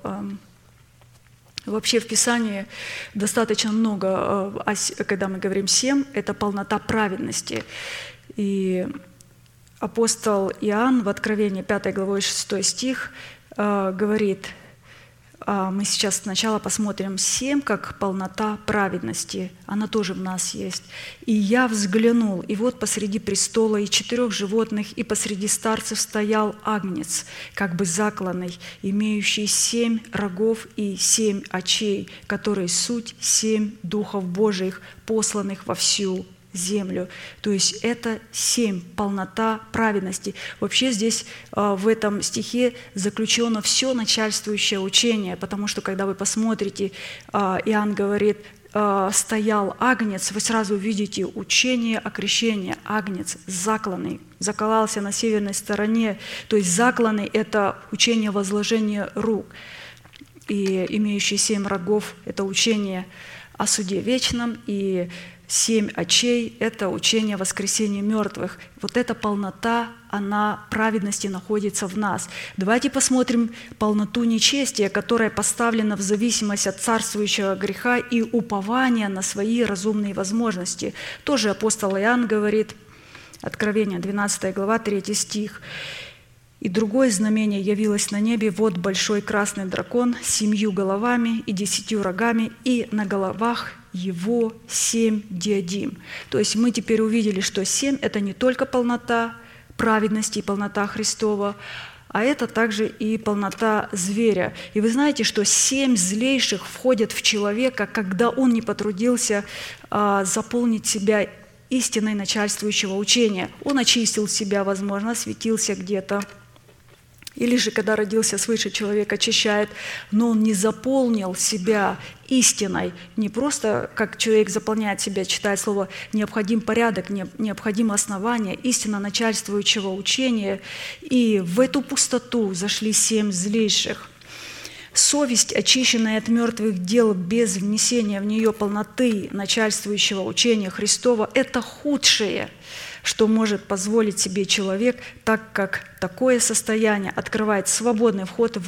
Вообще в Писании достаточно много, когда мы говорим семь, это полнота праведности. И апостол Иоанн в Откровении пятой главой шестой стих говорит, мы сейчас сначала посмотрим семь как полнота праведности. Она тоже в нас есть. «И я взглянул, и вот посреди престола и четырех животных, и посреди старцев стоял агнец, как бы закланный, имеющий семь рогов и семь очей, которые суть семь духов Божиих, посланных во всю землю». То есть это семь, полнота праведности. Вообще здесь в этом стихе заключено все начальствующее учение, потому что когда вы посмотрите, Иоанн говорит, стоял агнец, вы сразу видите учение о крещении. Агнец закланный, закололся на северной стороне. То есть закланный – это учение возложения рук. И имеющий семь рогов – это учение о суде вечном, и семь очей – это учение о воскресении мертвых. Вот эта полнота, она праведности находится в нас. Давайте посмотрим полноту нечестия, которая поставлена в зависимость от царствующего греха и упования на свои разумные возможности. Тоже апостол Иоанн говорит, Откровение, двенадцатая глава, третий стих. «И другое знамение явилось на небе, вот большой красный дракон с семью головами и десятью рогами, и на головах его семь диадим». То есть мы теперь увидели, что семь – это не только полнота праведности и полнота Христова, а это также и полнота зверя. И вы знаете, что семь злейших входят в человека, когда он не потрудился а, заполнить себя истиной начальствующего учения. Он очистил себя, возможно, осветился где-то. Или же, когда родился свыше, человек очищает, но он не заполнил себя истиной. Не просто, как человек заполняет себя, читает слово, необходим порядок, необходимо основание, истина начальствующего учения. И в эту пустоту зашли семь злейших. Совесть, очищенная от мертвых дел без внесения в нее полноты начальствующего учения Христова, это худшее, что может позволить себе человек, так как такое состояние открывает свободный вход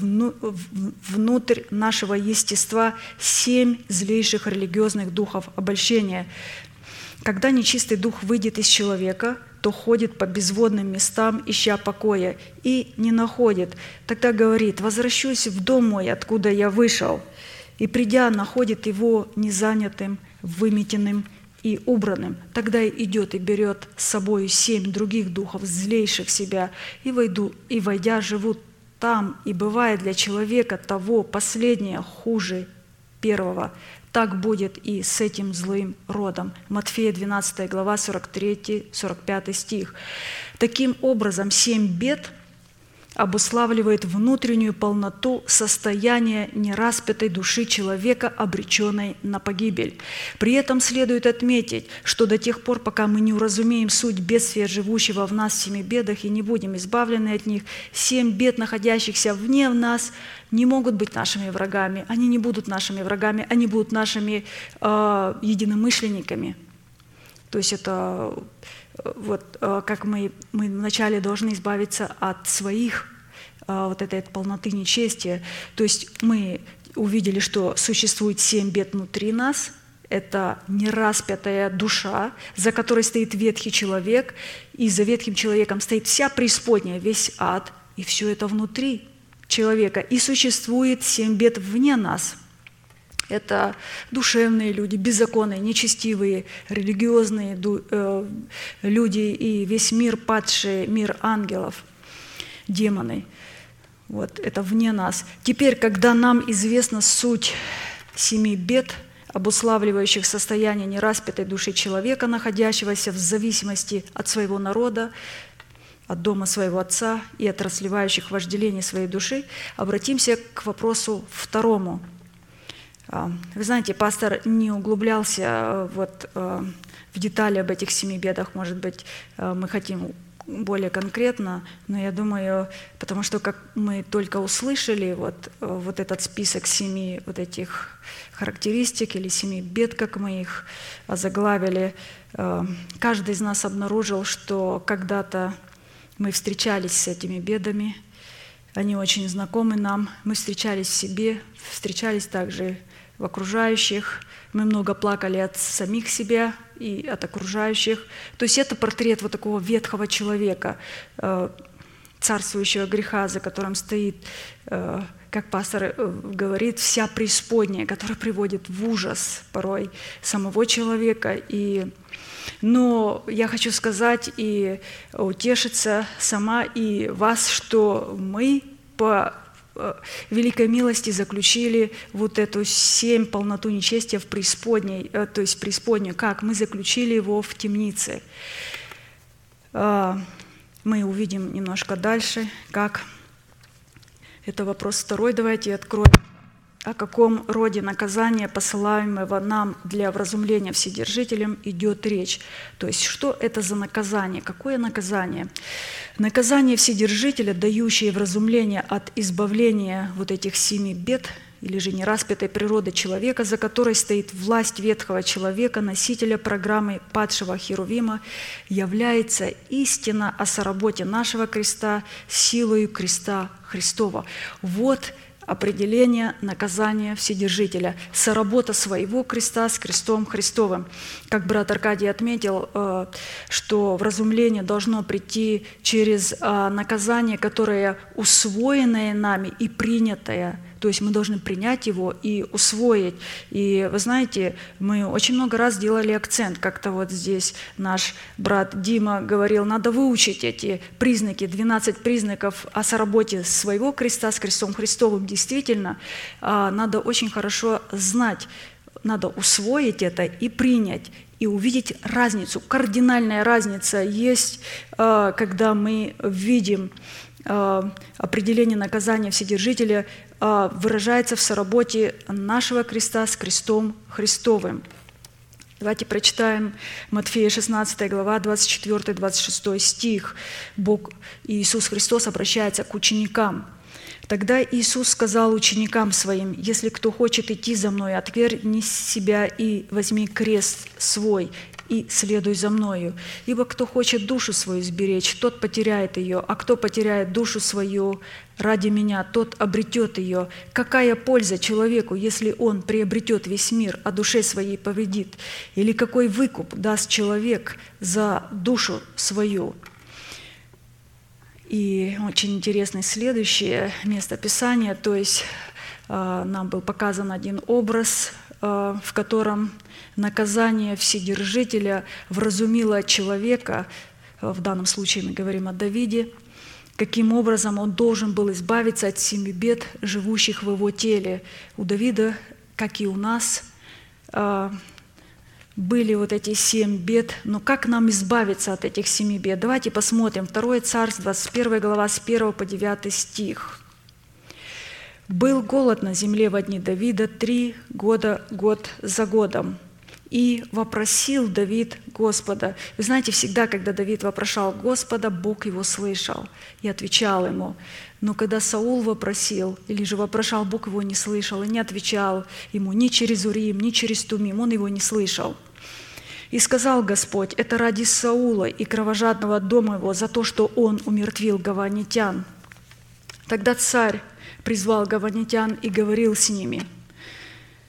внутрь нашего естества семь злейших религиозных духов обольщения. Когда нечистый дух выйдет из человека, то ходит по безводным местам, ища покоя, и не находит. Тогда говорит: «Возвращусь в дом мой, откуда я вышел». И, придя, находит его незанятым, выметенным и убранным. Тогда идет и берет с собой семь других духов, злейших себя, и, войду, и войдя, живут там, и бывает для человека того последнее хуже первого. Так будет и с этим злым родом. Матфея двенадцатая глава, сорок третий сорок пятый стих. Таким образом, семь бед обуславливает внутреннюю полноту состояния нераспятой души человека, обреченной на погибель. При этом следует отметить, что до тех пор, пока мы не уразумеем суть бедствия, живущего в нас в семи бедах, и не будем избавлены от них, семь бед, находящихся вне в нас, не могут быть нашими врагами. Они не будут нашими врагами, они будут нашими э, единомышленниками. То есть это вот как мы, мы вначале должны избавиться от своих, вот этой полноты нечестия. То есть мы увидели, что существует семь бед внутри нас. Это нераспятая душа, за которой стоит ветхий человек, и за ветхим человеком стоит вся преисподняя, весь ад, и все это внутри. человека. И существует семь бед вне нас. Это душевные люди, беззаконные, нечестивые, религиозные люди и весь мир падший, мир ангелов, демоны. Вот, это вне нас. Теперь, когда нам известна суть семи бед, обуславливающих состояние нераспятой души человека, находящегося в зависимости от своего народа, от дома своего отца и от расливающих вожделений своей души, обратимся к вопросу второму. Вы знаете, пастор не углублялся вот в детали об этих семи бедах. Может быть, мы хотим более конкретно, но я думаю, потому что как мы только услышали вот, вот этот список семи вот этих характеристик или семи бед, как мы их озаглавили, каждый из нас обнаружил, что когда-то мы встречались с этими бедами, они очень знакомы нам, мы встречались в себе, встречались также в окружающих, мы много плакали от самих себя и от окружающих. То есть это портрет вот такого ветхого человека, царствующего греха, за которым стоит, как пастор говорит, вся преисподняя, которая приводит в ужас порой самого человека. И, но я хочу сказать и утешиться сама и вас, что мы по великой милости заключили вот эту семь полноту нечестия в преисподней, то есть преисподнюю. Как? Мы заключили его в темнице. Мы увидим немножко дальше, как. Это вопрос второй. Давайте откроем. О каком роде наказания, посылаемого нам для вразумления Вседержителем, идет речь. То есть, что это за наказание? Какое наказание? Наказание Вседержителя, дающее вразумление от избавления вот этих семи бед, или же нераспятой природы человека, за которой стоит власть ветхого человека, носителя программы падшего Херувима, является истина о соработе нашего креста силою креста Христова. Вот определение наказания Вседержителя, соработа своего креста с крестом Христовым. Как брат Аркадий отметил, что вразумление должно прийти через наказание, которое усвоенное нами и принятое. То есть мы должны принять его и усвоить. И вы знаете, мы очень много раз делали акцент, как-то вот здесь наш брат Дима говорил, надо выучить эти признаки, двенадцать признаков о соработе своего креста с крестом Христовым. Действительно, надо очень хорошо знать, надо усвоить это и принять, и увидеть разницу. Кардинальная разница есть, когда мы видим определение наказания Вседержителя, выражается в соработе нашего креста с крестом Христовым. Давайте прочитаем Матфея шестнадцатая глава, двадцать четвёртый — двадцать шестой стих. Бог, Иисус Христос обращается к ученикам. «Тогда Иисус сказал ученикам Своим, если кто хочет идти за Мной, отвергни себя и возьми крест свой, и следуй за Мною. Ибо кто хочет душу свою сберечь, тот потеряет ее, а кто потеряет душу свою ради Меня, тот обретет ее. Какая польза человеку, если он приобретет весь мир, а душе своей повредит? Или какой выкуп даст человек за душу свою?» И очень интересное следующее место Писания, то есть нам был показан один образ, в котором наказание Вседержителя вразумило человека, в данном случае мы говорим о Давиде, каким образом он должен был избавиться от семи бед, живущих в его теле. У Давида, как и у нас, были вот эти семь бед, но как нам избавиться от этих семи бед? Давайте посмотрим. Второе Царств, двадцать первая глава, с первого по девятый стих. «Был голод на земле во дни Давида три года, год за годом. И вопросил Давид Господа». Вы знаете, всегда, когда Давид вопрошал Господа, Бог его слышал и отвечал ему. Но когда Саул вопросил, или же вопрошал, Бог его не слышал и не отвечал ему ни через Урим, ни через Тумим, он его не слышал. «И сказал Господь, это ради Саула и кровожадного дома его, за то, что он умертвил гаванитян». Тогда царь призвал гаванитян и говорил с ними.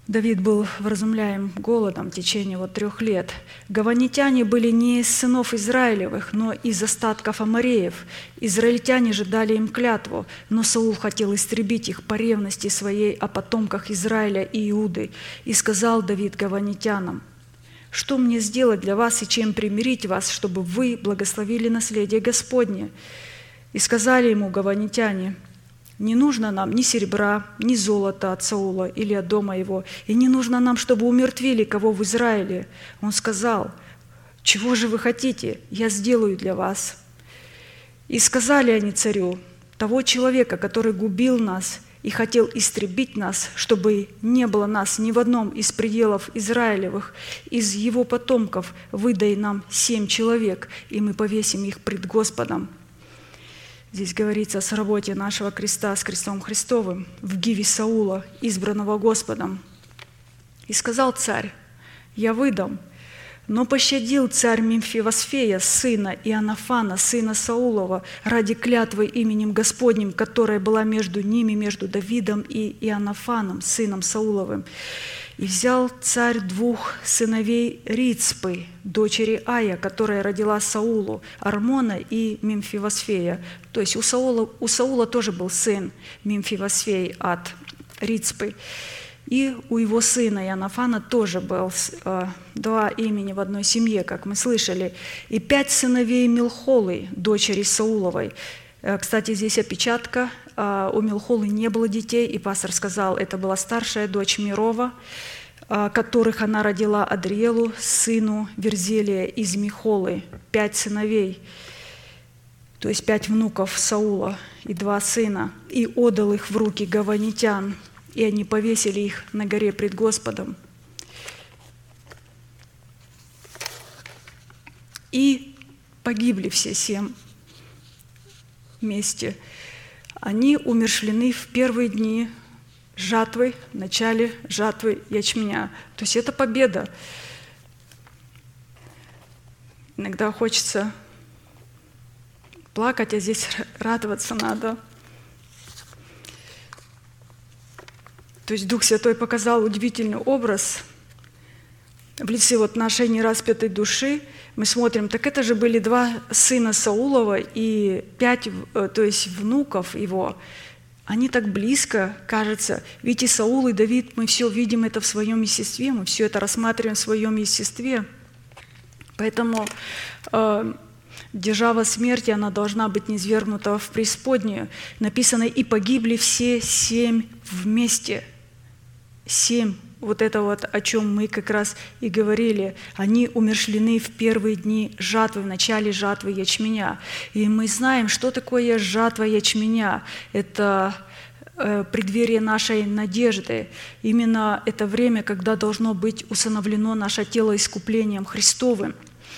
Давид был вразумляем голодом в течение вот трех лет. Гаванитяне были не из сынов Израилевых, но из остатков амореев. Израильтяне же дали им клятву, но Саул хотел истребить их по ревности своей о потомках Израиля и Иуды. И сказал Давид гаванитянам: «Что мне сделать для вас и чем примирить вас, чтобы вы благословили наследие Господне?» И сказали ему гаванитяне: «Не нужно нам ни серебра, ни золота от Саула или от дома его, и не нужно нам, чтобы умертвили кого в Израиле». Он сказал: «Чего же вы хотите? Я сделаю для вас». И сказали они царю: «Того человека, который губил нас и хотел истребить нас, чтобы не было нас ни в одном из пределов Израилевых, из его потомков выдай нам семь человек, и мы повесим их пред Господом». Здесь говорится о сработе нашего креста с крестом Христовым в гиве Саула, избранного Господом. И сказал царь: «Я выдам». Но пощадил царь Мемфивосфея, сына Иоаннафана, сына Саулова, ради клятвы именем Господним, которая была между ними, между Давидом и Иоаннафаном, сыном Сауловым. И взял царь двух сыновей Рицпы, дочери Ая, которая родила Саулу, Армона и Мемфивосфея. То есть у Саула, у Саула тоже был сын Мемфивосфей от Рицпы. И у его сына Иоаннафана тоже был э, два имени в одной семье, как мы слышали. И пять сыновей Милхолы, дочери Сауловой. Э, кстати, здесь опечатка. Э, у Милхолы не было детей, и пастор сказал, это была старшая дочь Мирова, э, которых она родила Адриелу, сыну Верзелия из Михолы. Пять сыновей, то есть пять внуков Саула и два сына. И отдал их в руки гаванитян, и они повесили их на горе пред Господом. И погибли все семь вместе. Они умершвлены в первые дни жатвы, в начале жатвы ячменя. То есть это победа. Иногда хочется плакать, а здесь радоваться надо. То есть Дух Святой показал удивительный образ в лице вот нашей нераспятой души. Мы смотрим, так это же были два сына Саулова и пять, то есть внуков его. Они так близко, кажется. Ведь и Саул, и Давид, мы все видим это в своем естестве, мы все это рассматриваем в своем естестве. Поэтому э, держава смерти, она должна быть низвергнута в преисподнюю. Написано, и погибли все семь вместе. Семь, вот это вот, о чем мы как раз и говорили, они умершвлены в первые дни жатвы, в начале жатвы ячменя. И мы знаем, что такое жатва ячменя. Это э, преддверие нашей надежды. Именно это время, когда должно быть усыновлено наше тело искуплением Христовым.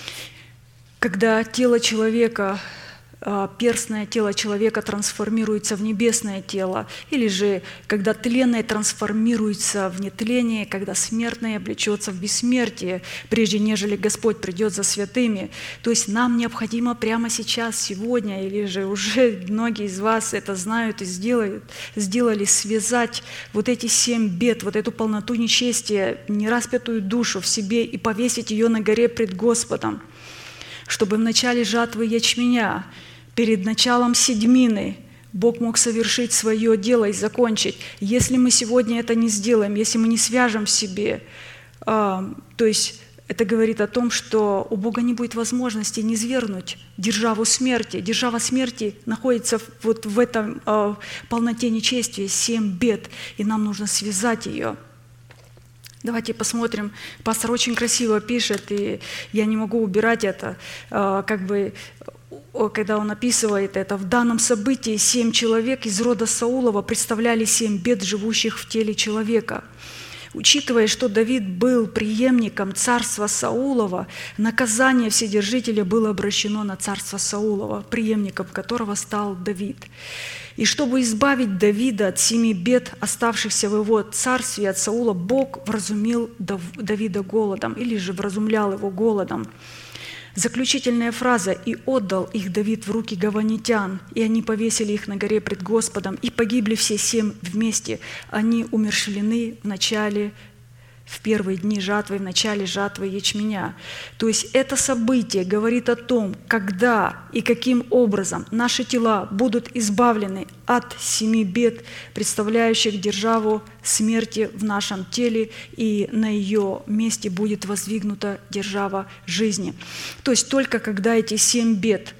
Когда тело человека, перстное тело человека трансформируется в небесное тело, или же когда тленное трансформируется в нетление, когда смертное облечется в бессмертие, прежде нежели Господь придет за святыми. То есть нам необходимо прямо сейчас, сегодня, или же уже многие из вас это знают и сделают, сделали, связать вот эти семь бед, вот эту полноту нечестия, нераспятую душу в себе и повесить ее на горе пред Господом, чтобы в начале жатвы ячменя, перед началом седьмины, Бог мог совершить свое дело и закончить. Если мы сегодня это не сделаем, если мы не свяжем в себе, то есть это говорит о том, что у Бога не будет возможности низвергнуть державу смерти. Держава смерти находится вот в этом полноте нечестия, семь бед, и нам нужно связать ее. Давайте посмотрим. Пастор очень красиво пишет, и я не могу убирать это, как бы, когда он описывает это. В данном событии семь человек из рода Саулова представляли семь бед, живущих в теле человека. Учитывая, что Давид был преемником царства Саулова, наказание Вседержителя было обращено на царство Саулова, преемником которого стал Давид. И чтобы избавить Давида от семи бед, оставшихся в его царстве от Саула, Бог вразумил Давида голодом, или же вразумлял его голодом. Заключительная фраза «И отдал их Давид в руки гаванитян, и они повесили их на горе пред Господом, и погибли все семь вместе, они умершвлены в начале в первые дни жатвы, в начале жатвы ячменя. То есть это событие говорит о том, когда и каким образом наши тела будут избавлены от семи бед, представляющих державу смерти в нашем теле, и на ее месте будет воздвигнута держава жизни. То есть только когда эти семь бед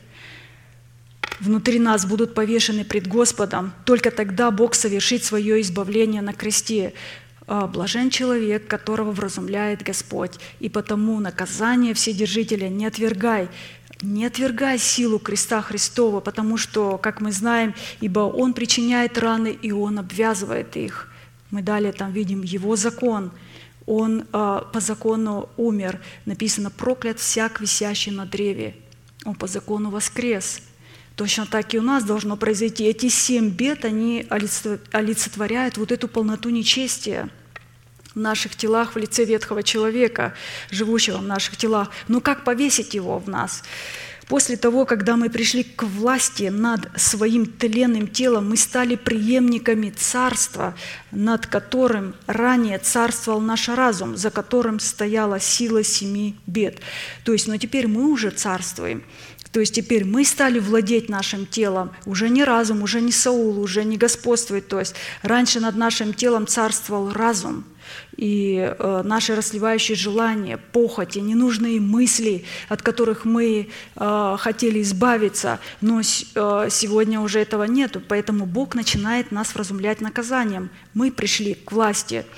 внутри нас будут повешены пред Господом, только тогда Бог совершит свое избавление на кресте. Блажен человек, которого вразумляет Господь, и потому наказание Вседержителя не отвергай, не отвергай силу креста Христова, потому что, как мы знаем, ибо Он причиняет раны, и Он обвязывает их. Мы далее там видим Его закон. Он э, по закону умер. Написано: проклят всяк, висящий на древе. Он по закону воскрес. Точно так и у нас должно произойти. Эти семь бед, они олицетворяют вот эту полноту нечестия в наших телах в лице ветхого человека, живущего в наших телах. Но как повесить его в нас? После того, когда мы пришли к власти над своим тленным телом, мы стали преемниками царства, над которым ранее царствовал наш разум, за которым стояла сила семи бед. То есть, но теперь мы уже царствуем. То есть теперь мы стали владеть нашим телом, уже не разум, уже не Саул, уже не господствует. То есть раньше над нашим телом царствовал разум, и э, наши расливающие желания, похоти, ненужные мысли, от которых мы э, хотели избавиться, но с, э, сегодня уже этого нету, поэтому Бог начинает нас вразумлять наказанием. Мы пришли к власти.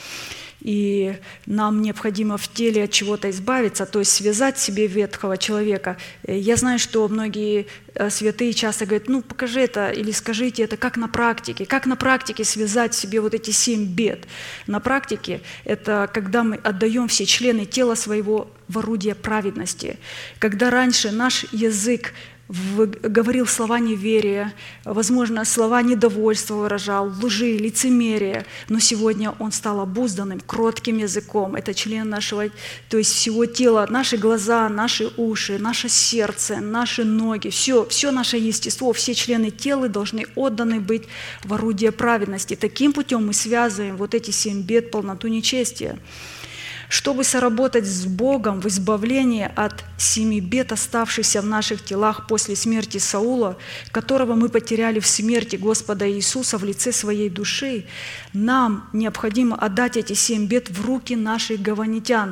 И нам необходимо в теле от чего-то избавиться, то есть связать себе ветхого человека. Я знаю, что многие святые часто говорят: ну покажи это или скажите это, как на практике. Как на практике связать себе вот эти семь бед? На практике это когда мы отдаем все члены тела своего в орудие праведности. Когда раньше наш язык говорил слова неверия, возможно, слова недовольства выражал, лжи, лицемерия, но сегодня он стал обузданным, кротким языком. Это член нашего, то есть всего тела, наши глаза, наши уши, наше сердце, наши ноги, все, все наше естество, все члены тела должны отданы быть в орудие праведности. Таким путем мы связываем вот эти семь бед, полноту нечестия. Чтобы соработать с Богом в избавлении от семи бед, оставшихся в наших телах после смерти Саула, которого мы потеряли в смерти Господа Иисуса в лице своей души, нам необходимо отдать эти семь бед в руки наших гаванитян,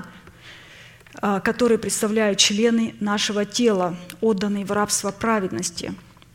которые представляют члены нашего тела, отданные в рабство праведности.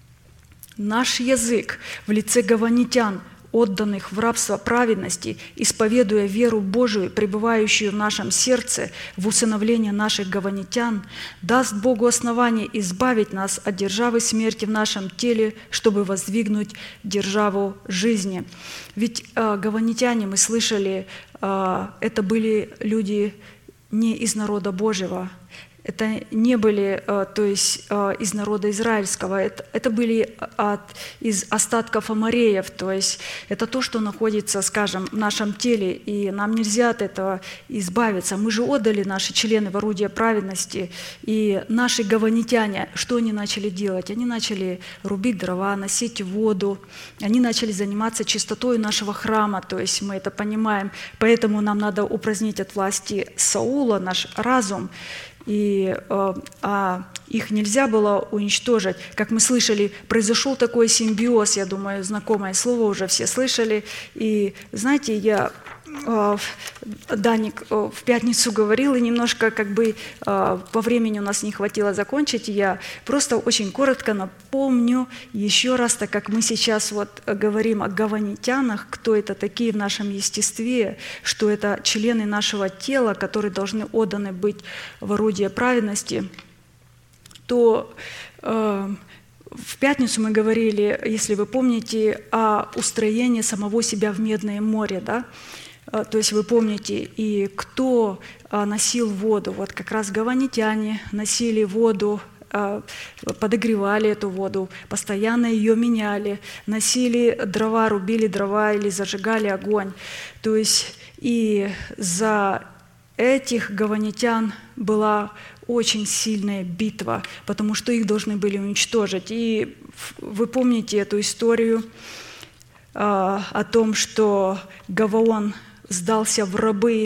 Наш язык в лице гаванитян, отданных в рабство праведности, исповедуя веру Божию, пребывающую в нашем сердце, в усыновление наших гаванитян, даст Богу основание избавить нас от державы смерти в нашем теле, чтобы воздвигнуть державу жизни. Ведь э, гаванитяне, мы слышали, э, это были люди не из народа Божьего, это не были, то есть, из народа израильского, это, это были от, из остатков амореев, то есть это то, что находится, скажем, в нашем теле, и нам нельзя от этого избавиться. Мы же отдали наши члены в орудие праведности, и наши гаванитяне, что они начали делать? Они начали рубить дрова, носить воду, они начали заниматься чистотой нашего храма, то есть мы это понимаем, поэтому нам надо упразднить от власти Саула наш разум, и э, а их нельзя было уничтожить. Как мы слышали, произошел такой симбиоз, я думаю, знакомое слово уже все слышали. И знаете, я, э, Даник э, в пятницу говорил, и немножко как бы э, по времени у нас не хватило закончить, я просто очень коротко напомню еще раз, так как мы сейчас вот говорим о гаванитянах, кто это такие в нашем естестве, что это члены нашего тела, которые должны отданы быть в орудие праведности, то э, в пятницу мы говорили, если вы помните, о устроении самого себя в Медное море, да? Э, то есть вы помните, и кто э, носил воду, вот как раз гаванитяне носили воду, э, подогревали эту воду, постоянно ее меняли, носили дрова, рубили дрова или зажигали огонь. То есть и за этих гаванитян была очень сильная битва, потому что их должны были уничтожить. И вы помните эту историю э, о том, что Гаваон сдался в рабы,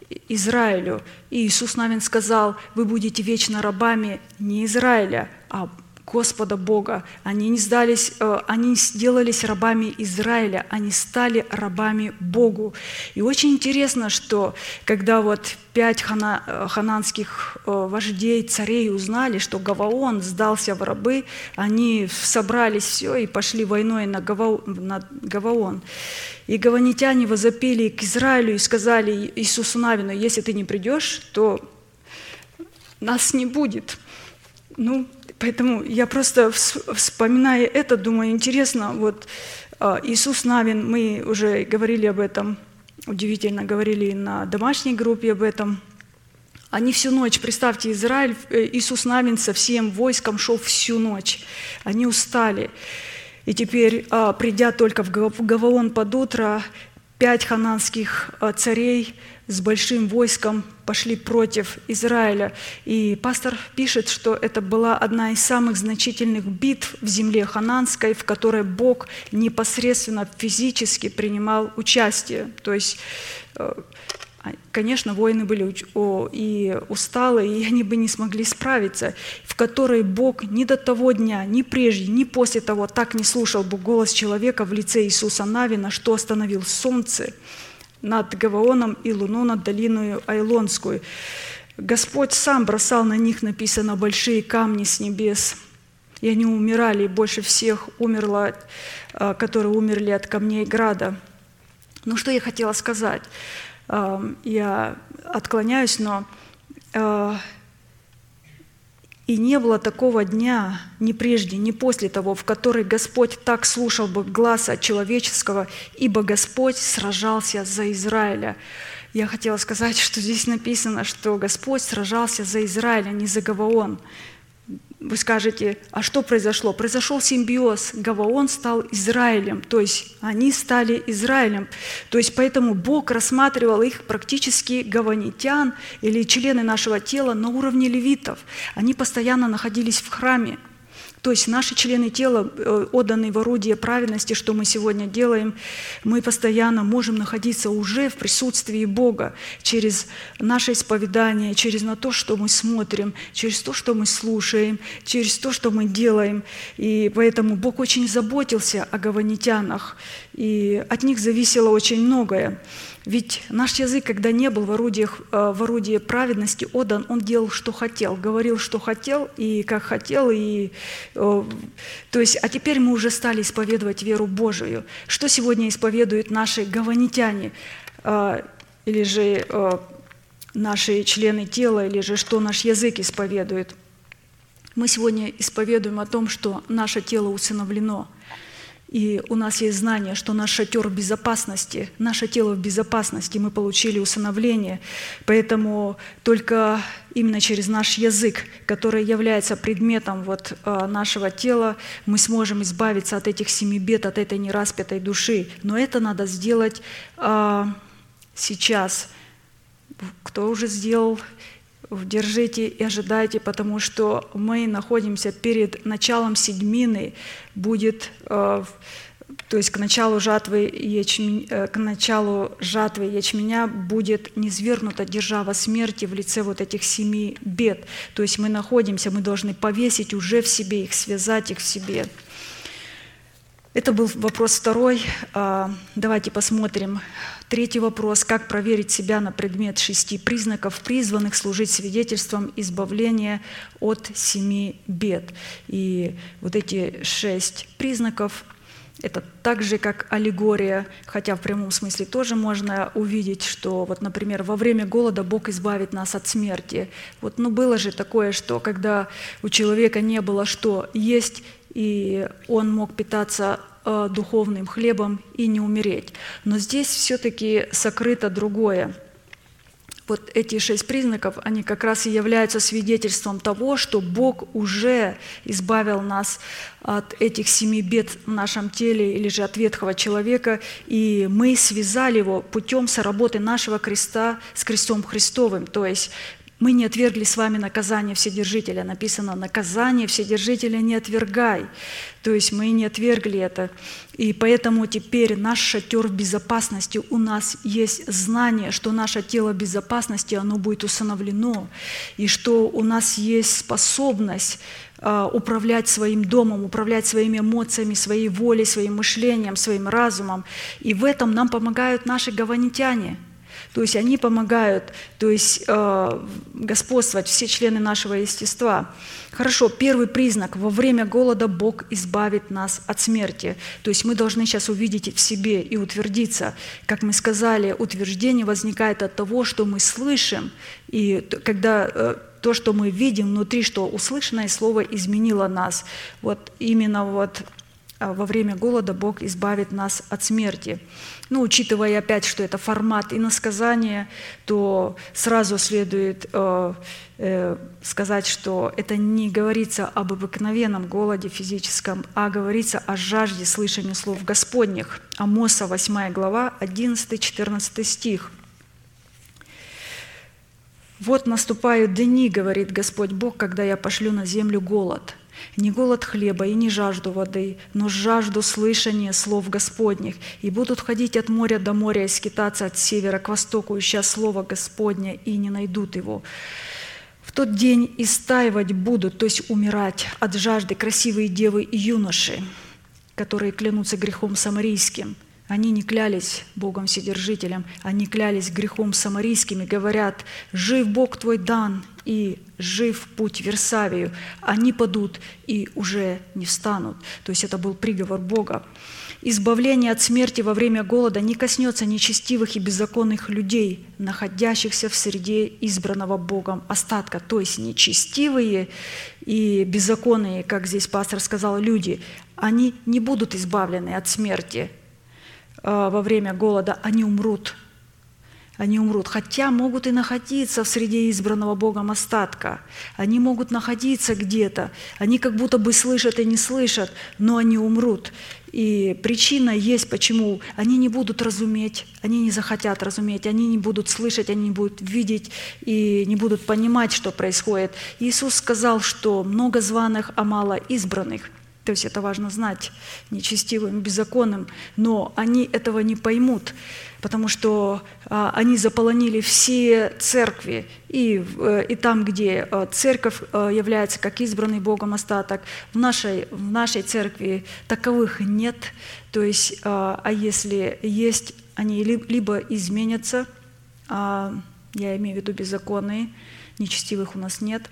Израилю. И Иисус Навин сказал: вы будете вечно рабами не Израиля, а Господа Бога. Они не сдались, они сделались рабами Израиля, они стали рабами Богу. И очень интересно, что когда вот пять хана, хананских вождей, царей узнали, что Гаваон сдался в рабы, они собрались все и пошли войной на, Гава, на Гаваон. И гаванитяне возопили к Израилю и сказали Иисусу Навину: если ты не придешь, то нас не будет. Ну, поэтому я просто, вспоминая это, думаю, интересно, вот Иисус Навин, мы уже говорили об этом, удивительно говорили на домашней группе об этом. Они всю ночь, представьте, Израиль, Иисус Навин со всем войском шел всю ночь. Они устали. И теперь, придя только в Гаваон под утро, пять хананских царей с большим войском пошли против Израиля. И пастор пишет, что это была одна из самых значительных битв в земле хананской, в которой Бог непосредственно физически принимал участие. То есть, конечно, воины были и усталые, и они бы не смогли справиться, в которой Бог ни до того дня, ни прежде, ни после того так не слушал бы голос человека в лице Иисуса Навина, что остановил солнце над Гаваоном и луну над долиною Айлонскую. Господь сам бросал на них, написано, большие камни с небес, и они умирали, и больше всех умерло, которые умерли от камней града. Ну, что я хотела сказать? Я отклоняюсь, но и не было такого дня ни прежде, ни после того, в который Господь так слушал бы гласа человеческого, ибо Господь сражался за Израиля. Я хотела сказать, что здесь написано, что Господь сражался за Израиль, а не за Гаваон. Вы скажете, а что произошло? Произошел симбиоз. Гаваон стал Израилем, то есть они стали Израилем. То есть поэтому Бог рассматривал их практически гаванитян или члены нашего тела на уровне левитов. Они постоянно находились в храме. То есть наши члены тела, отданные в орудие праведности, что мы сегодня делаем, мы постоянно можем находиться уже в присутствии Бога через наше исповедание, через на то, что мы смотрим, через то, что мы слушаем, через то, что мы делаем. И поэтому Бог очень заботился о гаванитянах, и от них зависело очень многое. Ведь наш язык, когда не был в, орудиях, в орудии праведности отдан, он делал, что хотел, говорил, что хотел, и как хотел. И, то есть, а теперь мы уже стали исповедовать веру Божию. Что сегодня исповедуют наши гаванитяне, или же наши члены тела, или же что наш язык исповедует? Мы сегодня исповедуем о том, что наше тело усыновлено. И у нас есть знание, что наш шатер в безопасности, наше тело в безопасности, мы получили усыновление. Поэтому только именно через наш язык, который является предметом вот нашего тела, мы сможем избавиться от этих семи бед, от этой нераспятой души. Но это надо сделать а, сейчас. Кто уже сделал? Держите и ожидайте, потому что мы находимся перед началом седьмины, будет, э, то есть к началу жатвы ячме, э, к началу жатвы ячменя будет низвергнута держава смерти в лице вот этих семи бед. То есть мы находимся, мы должны повесить уже в себе их, связать их в себе. Это был вопрос второй. Давайте посмотрим. Третий вопрос. Как проверить себя на предмет шести признаков, призванных служить свидетельством избавления от семи бед? И вот эти шесть признаков – это так же, как аллегория, хотя в прямом смысле тоже можно увидеть, что, вот, например, во время голода Бог избавит нас от смерти. Вот, ну, было же такое, что когда у человека не было что есть, и он мог питаться э, духовным хлебом и не умереть. Но здесь все-таки сокрыто другое. Вот эти шесть признаков, они как раз и являются свидетельством того, что Бог уже избавил нас от этих семи бед в нашем теле или же от ветхого человека, и мы связали его путем соработы нашего креста с крестом Христовым. То есть Мы не отвергли с вами наказание Вседержителя. Написано, наказание Вседержителя не отвергай. То есть мы не отвергли это. И поэтому теперь наш шатер в безопасности, у нас есть знание, что наше тело безопасности, оно будет усыновлено, и что у нас есть способность а, управлять своим домом, управлять своими эмоциями, своей волей, своим мышлением, своим разумом. И в этом нам помогают наши гаванитяне. То есть они помогают, то есть э, господствовать все члены нашего естества. Хорошо, первый признак. Во время голода Бог избавит нас от смерти. То есть мы должны сейчас увидеть в себе и утвердиться. Как мы сказали, утверждение возникает от того, что мы слышим. И когда э, то, что мы видим внутри, что услышанное слово изменило нас. Вот именно вот во время голода Бог избавит нас от смерти. Ну, учитывая опять, что это формат иносказания, то сразу следует э, э, сказать, что это не говорится об обыкновенном голоде физическом, а говорится о жажде слышания слов Господних. Амоса, восьмая глава, одиннадцатый-четырнадцатый стих. «Вот наступают дни, говорит Господь Бог, когда я пошлю на землю голод. Не голод хлеба и не жажду воды, но жажду слышания слов Господних. И будут ходить от моря до моря и скитаться от севера к востоку, ища слово Господне, и не найдут его. В тот день истаивать будут, то есть умирать от жажды красивые девы и юноши, которые клянутся грехом самарийским». Они не клялись Богом Вседержителем, они клялись грехом самарийским и говорят: «Жив Бог твой дан, и жив путь в Версавию». Они падут и уже не встанут. То есть это был приговор Бога. Избавление от смерти во время голода не коснется нечестивых и беззаконных людей, находящихся в среде избранного Богом остатка. То есть нечестивые и беззаконные, как здесь пастор сказал, люди, они не будут избавлены от смерти во время голода, они умрут. Они умрут, хотя могут и находиться в среде избранного Богом остатка. Они могут находиться где-то, они как будто бы слышат и не слышат, но они умрут. И причина есть, почему они не будут разуметь, они не захотят разуметь, они не будут слышать, они не будут видеть и не будут понимать, что происходит. Иисус сказал, что много званых, а мало избранных. То есть это важно знать нечестивым, беззаконным, но они этого не поймут, потому что а, они заполонили все церкви, и, и там, где церковь является как избранный Богом остаток, в нашей, в нашей церкви таковых нет. То есть, а, а если есть, они либо изменятся, а, я имею в виду беззаконные, нечестивых у нас нет.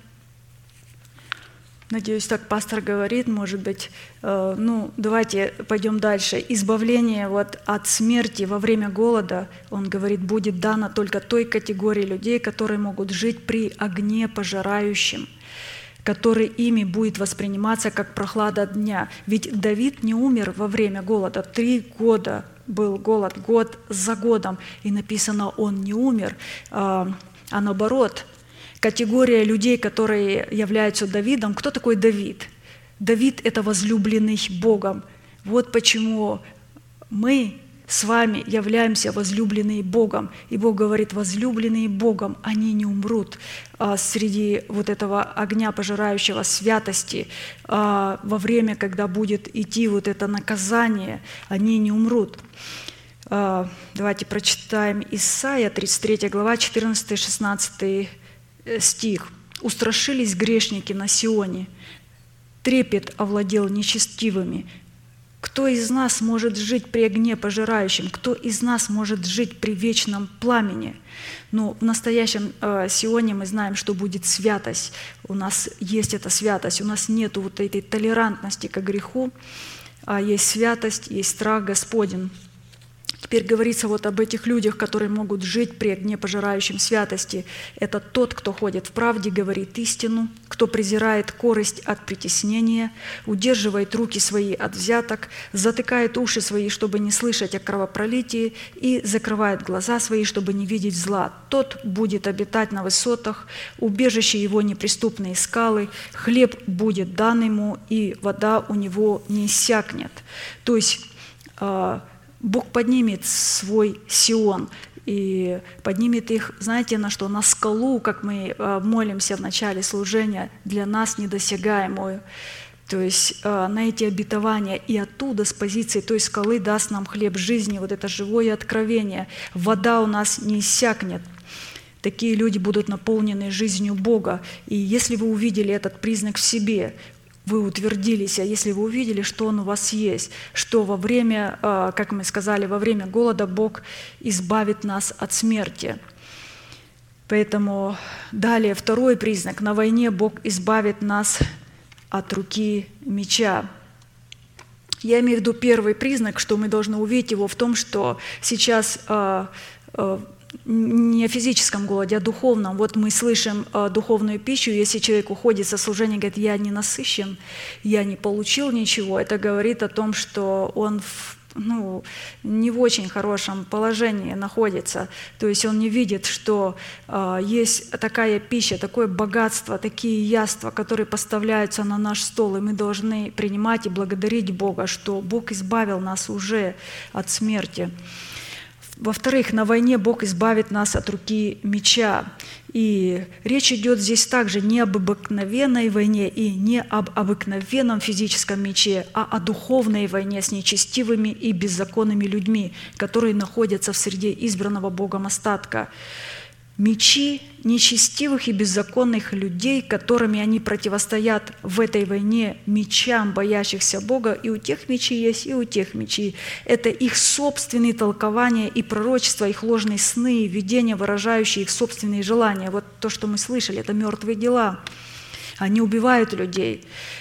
Надеюсь, так пастор говорит, может быть, э, ну, давайте пойдем дальше. Избавление вот от смерти во время голода, он говорит, будет дано только той категории людей, которые могут жить при огне пожирающем, который ими будет восприниматься как прохлада дня. Ведь Давид не умер во время голода. Три года был голод, год за годом, и написано, он не умер, а, а наоборот, категория людей, которые являются Давидом. Кто такой Давид? Давид – это возлюбленный Богом. Вот почему мы с вами являемся возлюбленные Богом. И Бог говорит, возлюбленные Богом, они не умрут а, среди вот этого огня пожирающего святости. А, во время, когда будет идти вот это наказание, они не умрут. А, давайте прочитаем Исайя, тридцать третья глава, четырнадцатый-шестнадцатый стих. «Устрашились грешники на Сионе, трепет овладел нечестивыми. Кто из нас может жить при огне пожирающем? Кто из нас может жить при вечном пламени?» Но в настоящем э, Сионе мы знаем, что будет святость. У нас есть эта святость, у нас нет вот этой толерантности к греху, а есть святость, есть страх Господень. Теперь говорится вот об этих людях, которые могут жить при огне пожирающем святости. Это тот, кто ходит в правде, говорит истину, кто презирает корость от притеснения, удерживает руки свои от взяток, затыкает уши свои, чтобы не слышать о кровопролитии, и закрывает глаза свои, чтобы не видеть зла. Тот будет обитать на высотах, убежище его неприступные скалы, хлеб будет дан ему, и вода у него не иссякнет. То есть Бог поднимет свой Сион, и поднимет их, знаете, на что? На скалу, как мы молимся в начале служения, для нас недосягаемую. То есть на эти обетования, и оттуда, с позиции той скалы, даст нам хлеб жизни, вот это живое откровение. Вода у нас не иссякнет. Такие люди будут наполнены жизнью Бога. И если вы увидели этот признак в себе, вы утвердились, а если вы увидели, что он у вас есть, что во время, как мы сказали, во время голода Бог избавит нас от смерти. Поэтому далее второй признак. На войне Бог избавит нас от руки меча. Я имею в виду первый признак, что мы должны увидеть его в том, что сейчас э, э, не о физическом голоде, а о духовном. Вот мы слышим э, духовную пищу, если человек уходит со служения и говорит: я не насыщен, я не получил ничего, это говорит о том, что он в ну, не в очень хорошем положении находится. То есть он не видит, что э, есть такая пища, такое богатство, такие яства, которые поставляются на наш стол, и мы должны принимать и благодарить Бога, что Бог избавил нас уже от смерти. Во-вторых, на войне Бог избавит нас от руки меча. И речь идет здесь также не об обыкновенной войне и не об обыкновенном физическом мече, а о духовной войне с нечестивыми и беззаконными людьми, которые находятся в среде избранного Богом остатка. Мечи нечестивых и беззаконных людей, которыми они противостоят в этой войне мечам, боящихся Бога, и у тех мечи есть, и у тех мечи. Это их собственные толкования и пророчества, их ложные сны, и видения, выражающие их собственные желания. Вот то, что мы слышали, это мертвые дела. Они убивают людей.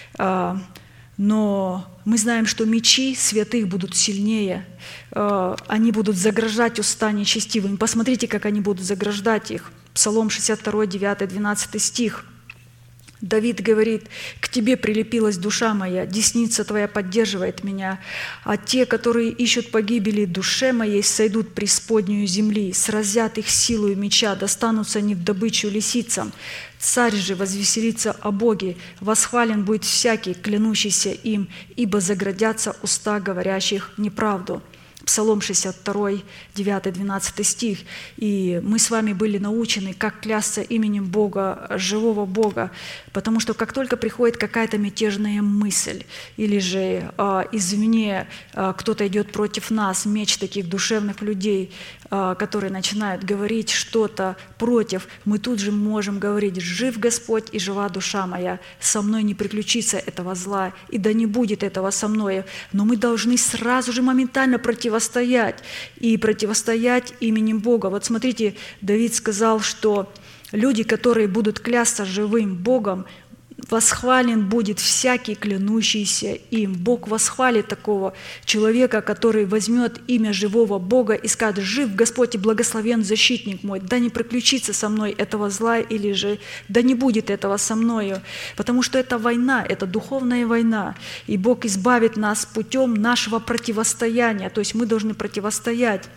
Но мы знаем, что мечи святых будут сильнее, они будут заграждать уста нечестивым. Посмотрите, как они будут заграждать их. Псалом шестьдесят два, девятый, двенадцатый стих. Давид говорит: «К тебе прилепилась душа моя, десница твоя поддерживает меня, а те, которые ищут погибели душе моей, сойдут преисподнюю земли, сразят их силою меча, достанутся они в добычу лисицам. Царь же возвеселится о Боге, восхвален будет всякий, клянущийся им, ибо заградятся уста говорящих неправду». Псалом шестьдесят два, девятый, двенадцатый стих. И мы с вами были научены, как клясться именем Бога, живого Бога, потому что как только приходит какая-то мятежная мысль, или же э, извне э, кто-то идет против нас, меч таких душевных людей, э, которые начинают говорить что-то против, мы тут же можем говорить: «Жив Господь и жива душа моя, со мной не приключится этого зла, и да не будет этого со мною». Но мы должны сразу же моментально противостоять Противостоять и противостоять именем Бога. Вот смотрите, Давид сказал, что люди, которые будут клясться живым Богом, восхвален будет всякий, клянущийся им. Бог восхвалит такого человека, который возьмет имя живого Бога и скажет: «Жив Господь и благословен защитник мой, да не приключится со мной этого зла, или же да не будет этого со мною». Потому что это война, это духовная война, и Бог избавит нас путем нашего противостояния, то есть мы должны противостоять.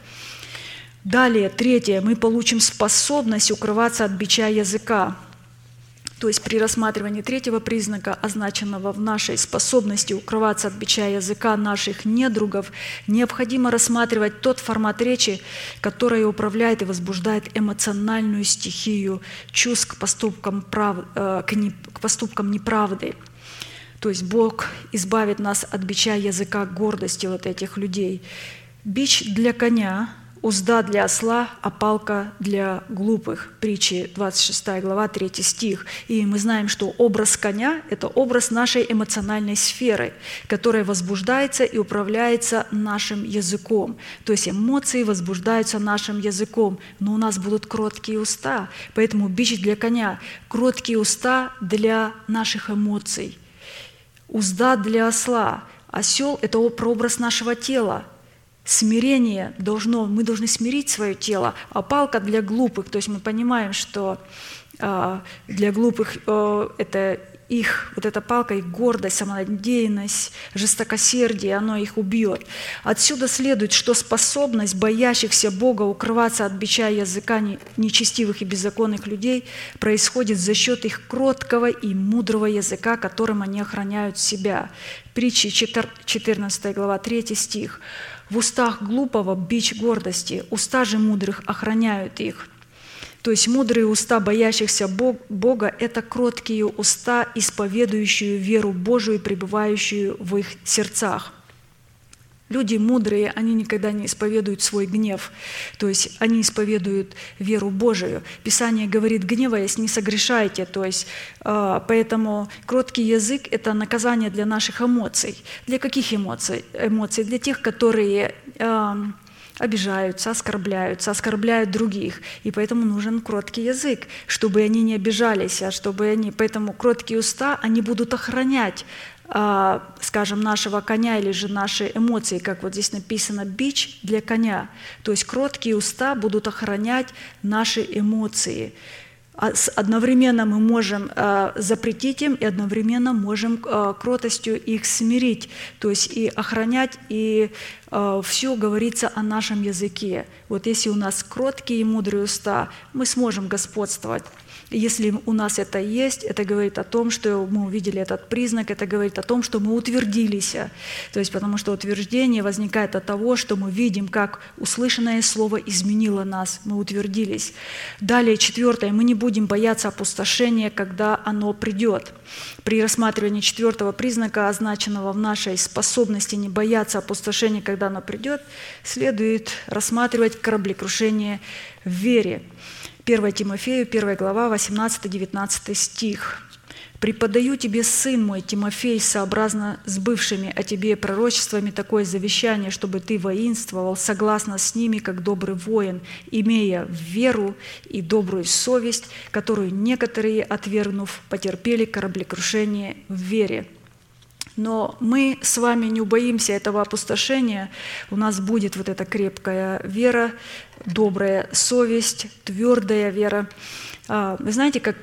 Далее, третье, мы получим способность укрываться от бича языка. То есть при рассматривании третьего признака, означенного в нашей способности укрываться от бича языка наших недругов, необходимо рассматривать тот формат речи, который управляет и возбуждает эмоциональную стихию чувств к поступкам, прав... к не... к поступкам неправды. То есть Бог избавит нас от бича языка гордости вот этих людей. Бич для коня, узда для осла, а палка для глупых. Притчи, двадцать шестая глава, третий стих. И мы знаем, что образ коня – это образ нашей эмоциональной сферы, которая возбуждается и управляется нашим языком. То есть эмоции возбуждаются нашим языком, но у нас будут кроткие уста. Поэтому бич для коня – кроткие уста для наших эмоций. Узда для осла. Осел – это прообраз нашего тела. Смирение должно, мы должны смирить свое тело, а палка для глупых. То есть мы понимаем, что Для глупых это их, вот эта палка, их гордость, самонадеянность, жестокосердие, оно их убьет. Отсюда следует, что способность боящихся Бога укрываться от бича языка нечестивых и беззаконных людей происходит за счет их кроткого и мудрого языка, которым они охраняют себя. Притчи четырнадцатая глава, третий стих. «В устах глупого бич гордости, уста же мудрых охраняют их». То есть мудрые уста боящихся Бога – это кроткие уста, исповедующие веру Божию и пребывающую в их сердцах. Люди мудрые, они никогда не исповедуют свой гнев, то есть они исповедуют веру Божию. Писание говорит: «Гневаясь, не согрешайте». То есть, поэтому кроткий язык – это наказание для наших эмоций. Для каких эмоций? Эмоций? Для тех, которые обижаются, оскорбляются, оскорбляют других. И поэтому нужен кроткий язык, чтобы они не обижались, а чтобы они... Поэтому кроткие уста, они будут охранять, скажем, нашего коня или же наши эмоции, как вот здесь написано, бич для коня. То есть кроткие уста будут охранять наши эмоции. Одновременно мы можем запретить им и одновременно можем кротостью их смирить, то есть и охранять, и все говорится о нашем языке. Вот если у нас кроткие и мудрые уста, мы сможем господствовать. Если у нас это есть, это говорит о том, что мы увидели этот признак, это говорит о том, что мы утвердились. То есть потому что утверждение возникает от того, что мы видим, как услышанное слово изменило нас, мы утвердились. Далее, четвертое, мы не будем бояться опустошения, когда оно придет. При рассматривании четвертого признака, означенного в нашей способности не бояться опустошения, когда оно придет, следует рассматривать кораблекрушение в вере. первое Тимофею, первая глава, восемнадцатый-девятнадцатый стих. «Преподаю тебе, сын мой, Тимофей, сообразно с бывшими о тебе пророчествами такое завещание, чтобы ты воинствовал согласно с ними, как добрый воин, имея веру и добрую совесть, которую некоторые, отвергнув, потерпели кораблекрушение в вере». Но мы с вами не убоимся этого опустошения. У нас будет вот эта крепкая вера, добрая совесть, твердая вера. Вы знаете, как,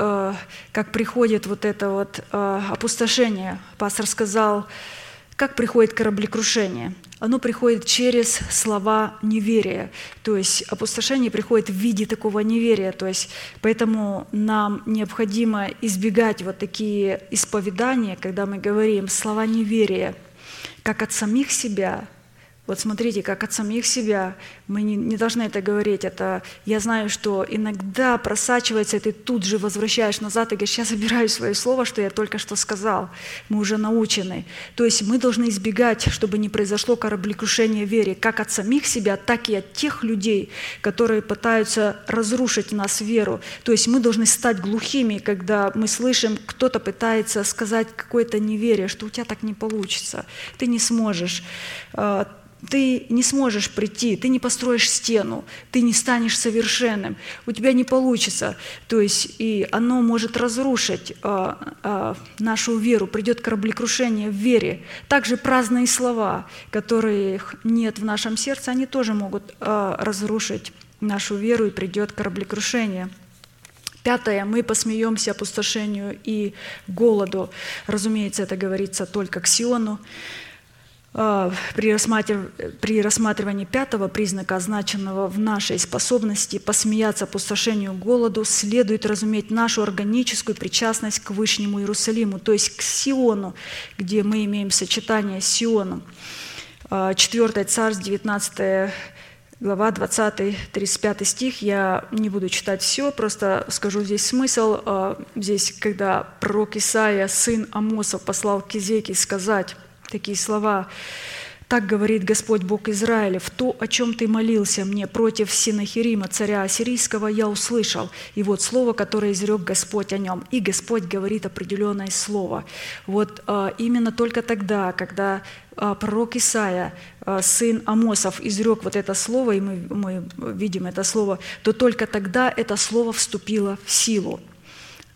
как приходит вот это вот опустошение? Пастор сказал, как приходит кораблекрушение? Оно приходит через слова неверия. То есть опустошение приходит в виде такого неверия. То есть, поэтому нам необходимо избегать вот такие исповедания, когда мы говорим слова неверия, как от самих себя. Вот смотрите, как от самих себя. Мы не, не должны это говорить. Это, я знаю, что иногда просачивается, и ты тут же возвращаешь назад и говоришь: я забираю свое слово, что я только что сказал. Мы уже научены. То есть мы должны избегать, чтобы не произошло кораблекрушение в вере, как от самих себя, так и от тех людей, которые пытаются разрушить в нас веру. То есть мы должны стать глухими, когда мы слышим, кто-то пытается сказать какое-то неверие, что у тебя так не получится, ты не сможешь. Ты не сможешь прийти, ты не построишь стену, ты не станешь совершенным, у тебя не получится. То есть и оно может разрушить а, а, нашу веру, придет кораблекрушение в вере. Также праздные слова, которых нет в нашем сердце, они тоже могут а, разрушить нашу веру, и придет кораблекрушение. Пятое. Мы посмеемся опустошению и голоду. Разумеется, это говорится только к Сиону. При рассматривании пятого признака, означенного в нашей способности посмеяться опустошению голоду, следует разуметь нашу органическую причастность к Вышнему Иерусалиму, то есть к Сиону, где мы имеем сочетание с Сионом. четвёртое Царств, девятнадцатая глава, двадцатый-тридцать пятый стих. Я не буду читать все, просто скажу здесь смысл. Здесь, когда пророк Исаия, сын Амосов, послал к Кизекии сказать такие слова: «Так говорит Господь Бог Израилев, то, о чем ты молился мне против Синахирима, царя ассирийского, я услышал. И вот слово, которое изрек Господь о нем». И Господь говорит определенное слово. Вот именно только тогда, когда пророк Исаия, сын Амосов, изрек вот это слово, и мы, мы видим это слово, то только тогда это слово вступило в силу.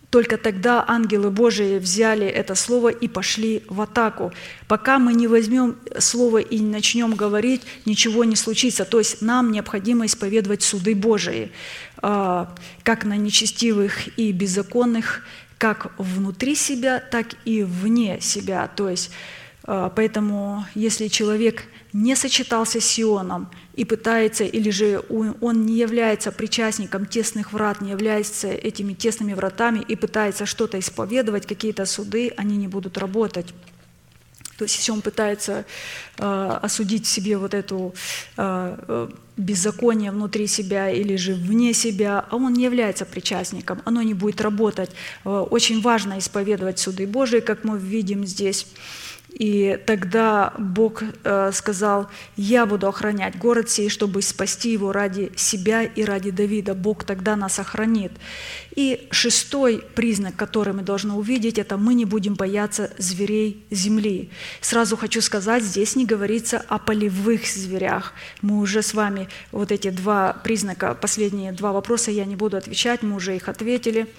Только тогда ангелы Божии взяли это слово и пошли в атаку. Пока мы не возьмем слово и не начнем говорить, ничего не случится. То есть нам необходимо исповедовать суды Божии, как на нечестивых и беззаконных, как внутри себя, так и вне себя. То есть, поэтому, если человек не сочетался с Сионом и пытается, или же он не является причастником тесных врат, не является этими тесными вратами и пытается что-то исповедовать, какие-то суды, они не будут работать. То есть если он пытается э, осудить в себе вот эту э, беззаконие внутри себя или же вне себя, а он не является причастником, оно не будет работать. Э, очень важно исповедовать суды Божии, как мы видим здесь. И тогда Бог э, сказал: «Я буду охранять город сей, чтобы спасти его ради себя и ради Давида». Бог тогда нас охранит. И шестой признак, который мы должны увидеть, это мы не будем бояться зверей земли. Сразу хочу сказать, здесь не говорится о полевых зверях. Мы уже с вами вот эти два признака, последние два вопроса я не буду отвечать, мы уже их ответили.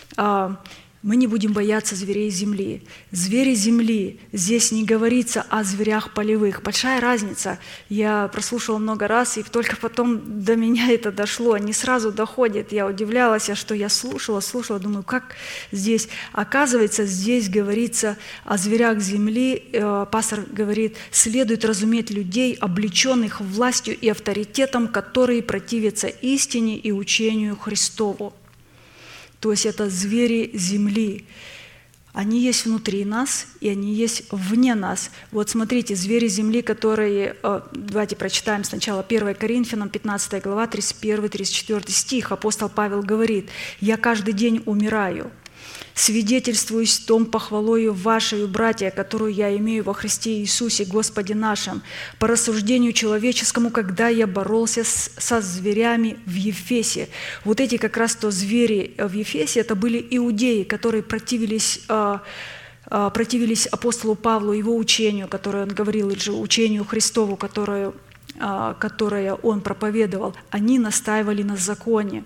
Мы не будем бояться зверей земли. Звери земли, здесь не говорится о зверях полевых. Большая разница. Я прослушала много раз, и только потом до меня это дошло. Не сразу доходит. Я удивлялась, что я слушала, слушала, думаю, как здесь? Оказывается, здесь говорится о зверях земли. Пастор говорит: следует разуметь людей, облеченных властью и авторитетом, которые противятся истине и учению Христову. То есть это звери земли. Они есть внутри нас, и они есть вне нас. Вот смотрите, звери земли, которые... Давайте прочитаем сначала первое Коринфянам, пятнадцатая глава, тридцать первый тридцать четвёртый стих. Апостол Павел говорит: «Я каждый день умираю. Свидетельствуюсь в том похвалою вашей, братья, которую я имею во Христе Иисусе, Господе нашим, по рассуждению человеческому, когда я боролся с, со зверями в Ефесе». Вот эти как раз то звери в Ефесе, это были иудеи, которые противились, противились апостолу Павлу, его учению, которое он говорил, или же учению Христову, которое, которое он проповедовал. Они настаивали на законе.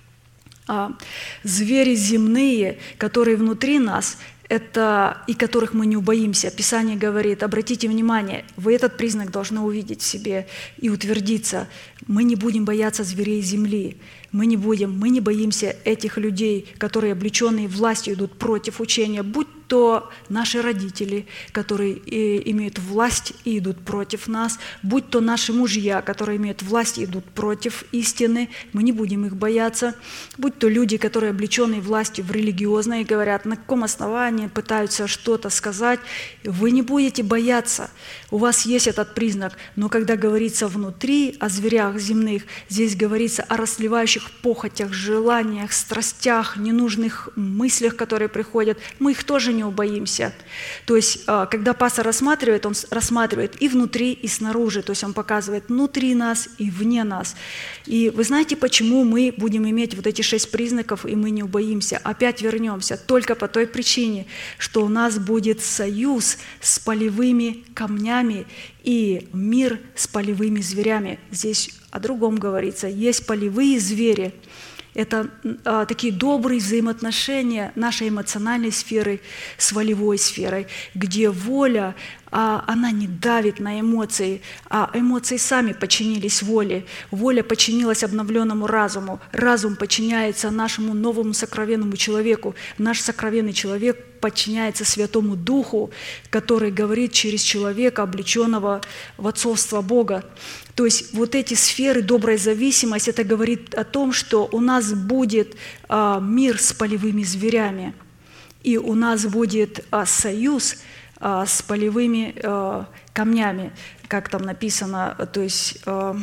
А звери земные, которые внутри нас, это, и которых мы не убоимся. Писание говорит: обратите внимание, вы этот признак должны увидеть в себе и утвердиться. Мы не будем бояться зверей земли. Мы не будем, мы не боимся этих людей, которые, облеченные властью, идут против учения, будь то наши родители, которые имеют власть и идут против нас, будь то наши мужья, которые имеют власть и идут против истины, мы не будем их бояться, будь то люди, которые, облеченные властью в религиозной, говорят, на каком основании пытаются что-то сказать, вы не будете бояться. У вас есть этот признак, но когда говорится внутри о зверях земных, здесь говорится о расливающих похотях, желаниях, страстях, ненужных мыслях, которые приходят, мы их тоже не убоимся. То есть, когда пастор рассматривает, он рассматривает и внутри, и снаружи, то есть он показывает внутри нас и вне нас. И вы знаете, почему мы будем иметь вот эти шесть признаков, и мы не убоимся? Опять вернемся, только по той причине, что у нас будет союз с полевыми камнями и мир с полевыми зверями. Здесь о другом говорится. Есть полевые звери. Это а, такие добрые взаимоотношения нашей эмоциональной сферы с волевой сферой, где воля, а, она не давит на эмоции, а эмоции сами подчинились воле. Воля подчинилась обновленному разуму. Разум подчиняется нашему новому сокровенному человеку. Наш сокровенный человек подчиняется Святому Духу, который говорит через человека, облеченного в отцовство Бога. То есть вот эти сферы, добрая зависимость, это говорит о том, что у нас будет а, мир с полевыми зверями, и у нас будет а, союз а, с полевыми а, камнями, как там написано, то есть... А,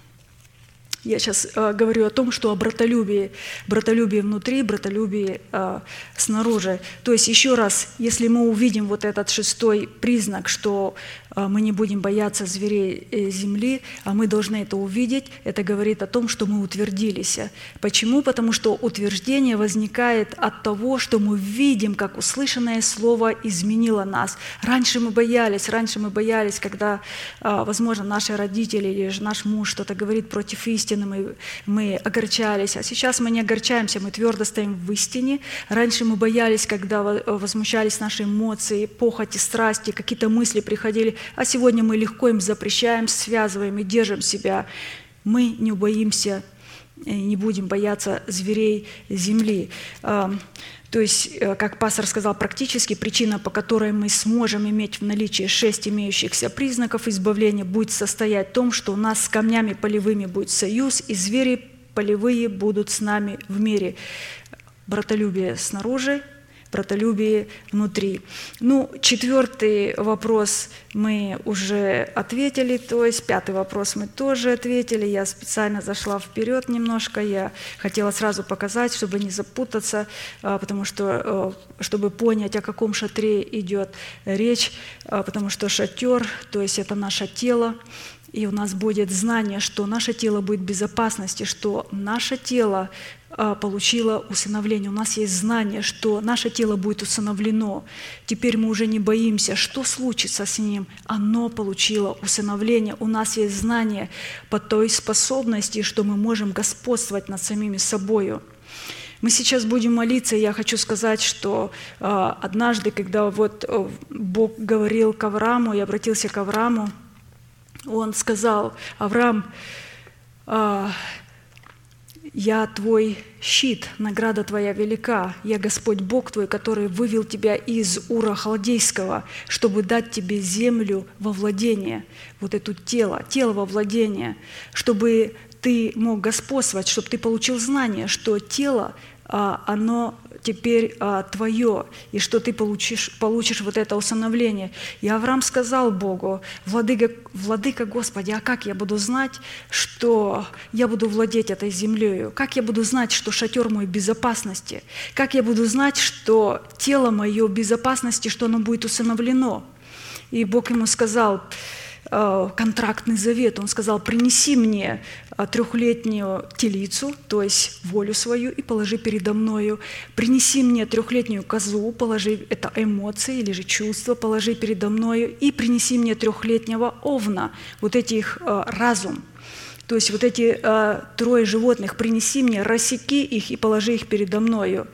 Я сейчас э, говорю о том, что о братолюбии. Братолюбие внутри, братолюбие э, снаружи. То есть еще раз, если мы увидим вот этот шестой признак, что мы не будем бояться зверей земли, а мы должны это увидеть. Это говорит о том, что мы утвердились. Почему? Потому что утверждение возникает от того, что мы видим, как услышанное слово изменило нас. Раньше мы боялись, раньше мы боялись, когда, возможно, наши родители или же наш муж что-то говорит против истины, мы, мы огорчались. А сейчас мы не огорчаемся, мы твердо стоим в истине. Раньше мы боялись, когда возмущались наши эмоции, похоти, страсти, какие-то мысли приходили. А сегодня мы легко им запрещаем, связываем и держим себя. Мы не боимся, не будем бояться зверей земли. То есть, как пастор сказал, практически причина, по которой мы сможем иметь в наличии шесть имеющихся признаков избавления, будет состоять в том, что у нас с камнями полевыми будет союз, и звери полевые будут с нами в мире. Братолюбие снаружи, братолюбие внутри. Ну, четвертый вопрос мы уже ответили, то есть пятый вопрос мы тоже ответили. Я специально зашла вперед немножко, я хотела сразу показать, чтобы не запутаться, потому что, чтобы понять, о каком шатре идет речь, потому что шатер, то есть это наше тело, и у нас будет знание, что наше тело будет в безопасности, что наше тело получило усыновление. У нас есть знание, что наше тело будет усыновлено. Теперь мы уже не боимся, что случится с ним. Оно получило усыновление. У нас есть знание по той способности, что мы можем господствовать над самими собою. Мы сейчас будем молиться, и я хочу сказать, что э, однажды, когда вот э, Бог говорил к Аврааму и обратился к Аврааму, Он сказал: «Авраам, э, я твой щит, награда твоя велика. Я Господь Бог твой, который вывел тебя из Ура Халдейского, чтобы дать тебе землю во владение». Вот это тело, тело во владение, чтобы ты мог господствовать, чтобы ты получил знание, что тело, оно теперь твое, и что ты получишь, получишь вот это усыновление. И Авраам сказал Богу: «Владыка, Владыка Господи, а как я буду знать, что я буду владеть этой землею? Как я буду знать, что шатер мой в безопасности? Как я буду знать, что тело мое в безопасности, что оно будет усыновлено?» И Бог ему сказал контрактный завет. Он сказал: «Принеси мне трехлетнюю телицу, то есть волю свою, и положи передо мною. Принеси мне трехлетнюю козу, положи, это эмоции или же чувства, положи передо мною, и принеси мне трехлетнего овна». Вот этих разум. То есть вот эти трое животных принеси мне, рассеки их и положи их передо мною.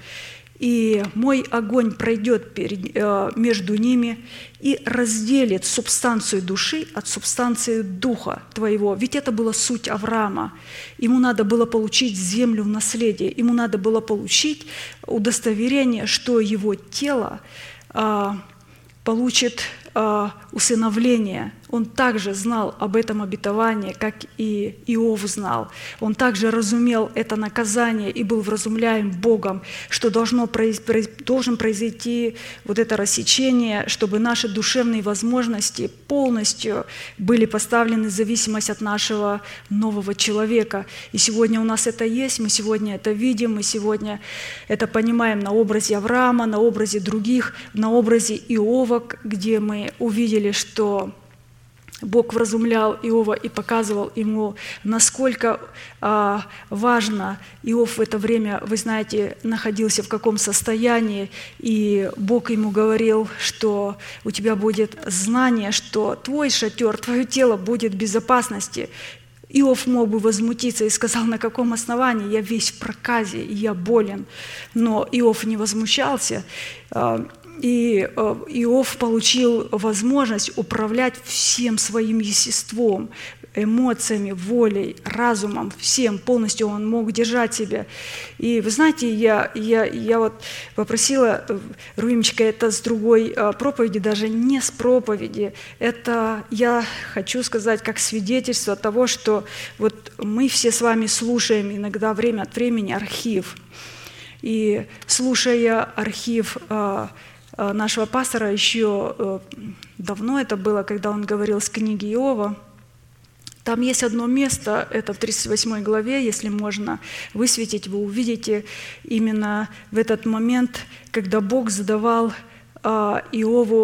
И мой огонь пройдет перед, э, между ними и разделит субстанцию души от субстанции духа твоего. Ведь это была суть Авраама. Ему надо было получить землю в наследие. Ему надо было получить удостоверение, что его тело э, получит э, усыновление. Он также знал об этом обетовании, как и Иов знал. Он также разумел это наказание и был вразумляем Богом, что должно произ... должен произойти вот это рассечение, чтобы наши душевные возможности полностью были поставлены в зависимость от нашего нового человека. И сегодня у нас это есть, мы сегодня это видим, мы сегодня это понимаем на образе Авраама, на образе других, на образе Иова, где мы увидели, что Бог вразумлял Иова и показывал ему, насколько а, важно. Иов в это время, вы знаете, находился в каком состоянии, и Бог ему говорил, что у тебя будет знание, что твой шатер, твое тело будет в безопасности. Иов мог бы возмутиться и сказал: «На каком основании? Я весь в проказе, и я болен». Но Иов не возмущался. И Иов получил возможность управлять всем своим естеством, эмоциями, волей, разумом, всем полностью он мог держать себя. И вы знаете, я, я, я вот попросила Руимочка это с другой проповеди, даже не с проповеди. Это я хочу сказать как свидетельство того, что вот мы все с вами слушаем иногда время от времени архив. И слушая архив нашего пастора, еще давно это было, когда он говорил с книги Иова, там есть одно место, это в тридцать восьмой главе, если можно высветить, вы увидите именно в этот момент, когда Бог задавал Иову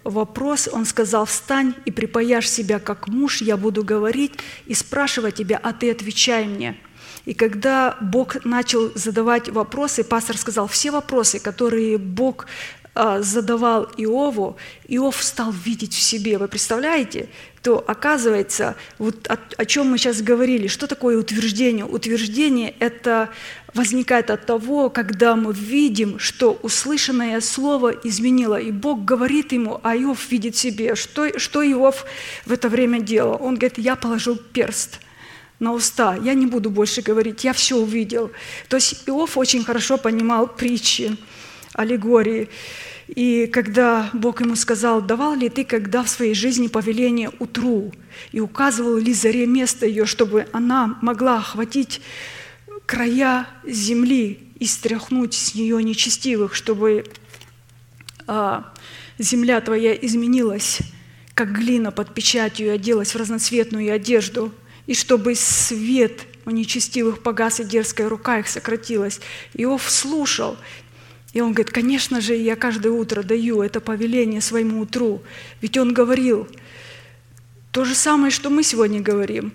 вопрос, он сказал: «Встань и припаяшь себя как муж, я буду говорить и спрашивать тебя, а ты отвечай мне». И когда Бог начал задавать вопросы, пастор сказал, все вопросы, которые Бог задавал Иову, Иов стал видеть в себе. Вы представляете? То оказывается, вот о, о чем мы сейчас говорили, что такое утверждение? Утверждение – это возникает от того, когда мы видим, что услышанное слово изменило, и Бог говорит ему, а Иов видит в себе. Что, что Иов в это время делал? Он говорит: я положил перст на уста, я не буду больше говорить, я все увидел. То есть Иов очень хорошо понимал притчи, аллегории. И когда Бог ему сказал: давал ли ты когда в своей жизни повеление утру, и указывал ли заре место ее, чтобы она могла охватить края земли и стряхнуть с нее нечестивых, чтобы а, земля твоя изменилась, как глина под печатью, и оделась в разноцветную одежду, и чтобы свет у нечестивых погас, и дерзкая рука их сократилась. Иов слушал. И он говорит: конечно же, я каждое утро даю это повеление своему утру. Ведь он говорил то же самое, что мы сегодня говорим.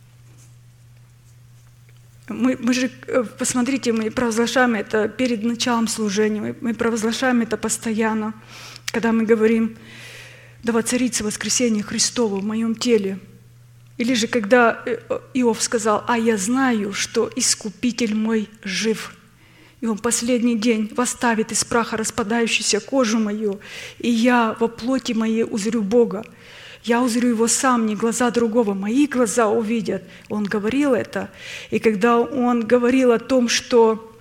Мы, мы же, посмотрите, мы провозглашаем это перед началом служения, мы провозглашаем это постоянно, когда мы говорим: да воцарится воскресение Христово в моем теле. Или же когда Иов сказал: а я знаю, что Искупитель мой жив. И он последний день восставит из праха распадающуюся кожу мою, и я во плоти моей узрю Бога. Я узрю Его сам, не глаза другого, мои глаза увидят. Он говорил это. И когда он говорил о том, что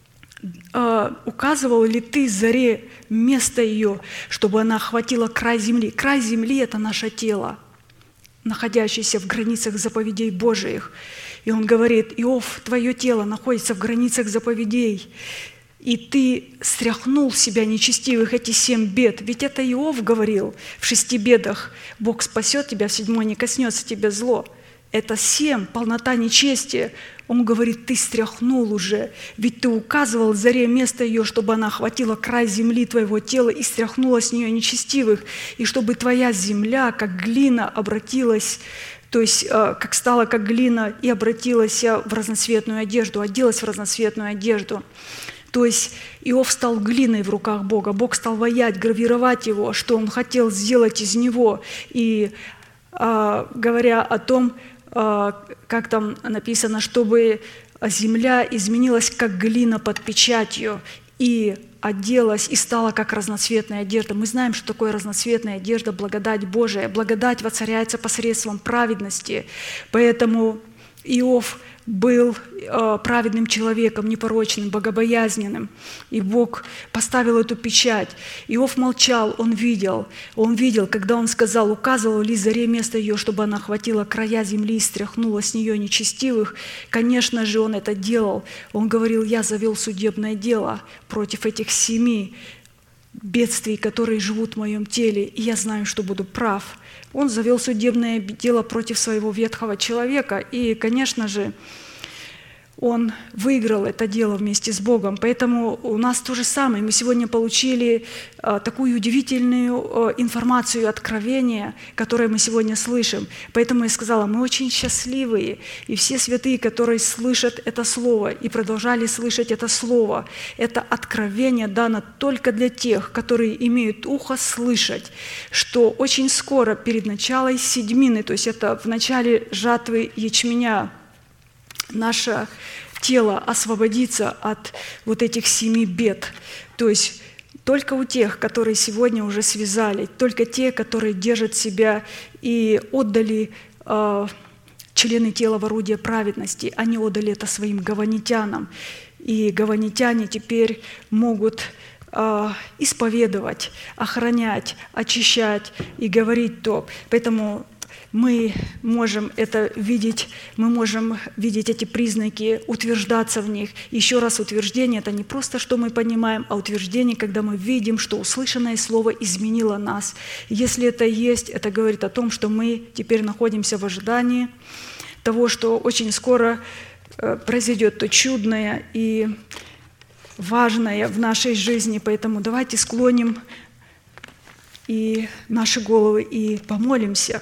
э, указывал ли ты заре место ее, чтобы она охватила край земли. Край земли – это наше тело, находящееся в границах заповедей Божиих. И он говорит: Иов, твое тело находится в границах заповедей, и ты стряхнул с себя нечестивых эти семь бед. Ведь это Иов говорил в шести бедах: Бог спасет тебя, в седьмой не коснется тебя зло. Это семь, полнота нечестия. Он говорит: ты стряхнул уже, ведь ты указывал заре место ее, чтобы она охватила край земли твоего тела и стряхнула с нее нечестивых, и чтобы твоя земля, как глина, обратилась, то есть как стала как глина и обратилась в разноцветную одежду, оделась в разноцветную одежду. То есть Иов стал глиной в руках Бога. Бог стал ваять, гравировать его, что Он хотел сделать из него. И а, говоря о том, а, как там написано, чтобы земля изменилась как глина под печатью, и оделась, и стала как разноцветная одежда. Мы знаем, что такое разноцветная одежда, благодать Божия. Благодать воцаряется посредством праведности. Поэтому Иов был э, праведным человеком, непорочным, богобоязненным. И Бог поставил эту печать. Иов молчал, он видел. Он видел, когда он сказал: указывал ли заре место ее, чтобы она охватила края земли и стряхнула с нее нечестивых. Конечно же, он это делал. Он говорил: я завел судебное дело против этих семи бедствий, которые живут в моем теле, и я знаю, что буду прав. Он завел судебное дело против своего ветхого человека, и, конечно же, он выиграл это дело вместе с Богом. Поэтому у нас то же самое. Мы сегодня получили а, такую удивительную а, информацию, откровение, которое мы сегодня слышим. Поэтому я сказала, мы очень счастливые. И все святые, которые слышат это слово и продолжали слышать это слово, это откровение дано только для тех, которые имеют ухо слышать, что очень скоро перед началом седьмины, то есть это в начале жатвы ячменя, наше тело освободится от вот этих семи бед. То есть только у тех, которые сегодня уже связали, только те, которые держат себя и отдали э, члены тела в орудие праведности, они отдали это своим гаванитянам. И гаванитяне теперь могут э, исповедовать, охранять, очищать и говорить то. Поэтому мы можем это видеть, мы можем видеть эти признаки, утверждаться в них. Еще раз, утверждение – это не просто, что мы понимаем, а утверждение, когда мы видим, что услышанное слово изменило нас. Если это есть, это говорит о том, что мы теперь находимся в ожидании того, что очень скоро произойдет то чудное и важное в нашей жизни. Поэтому давайте склоним и наши головы и помолимся.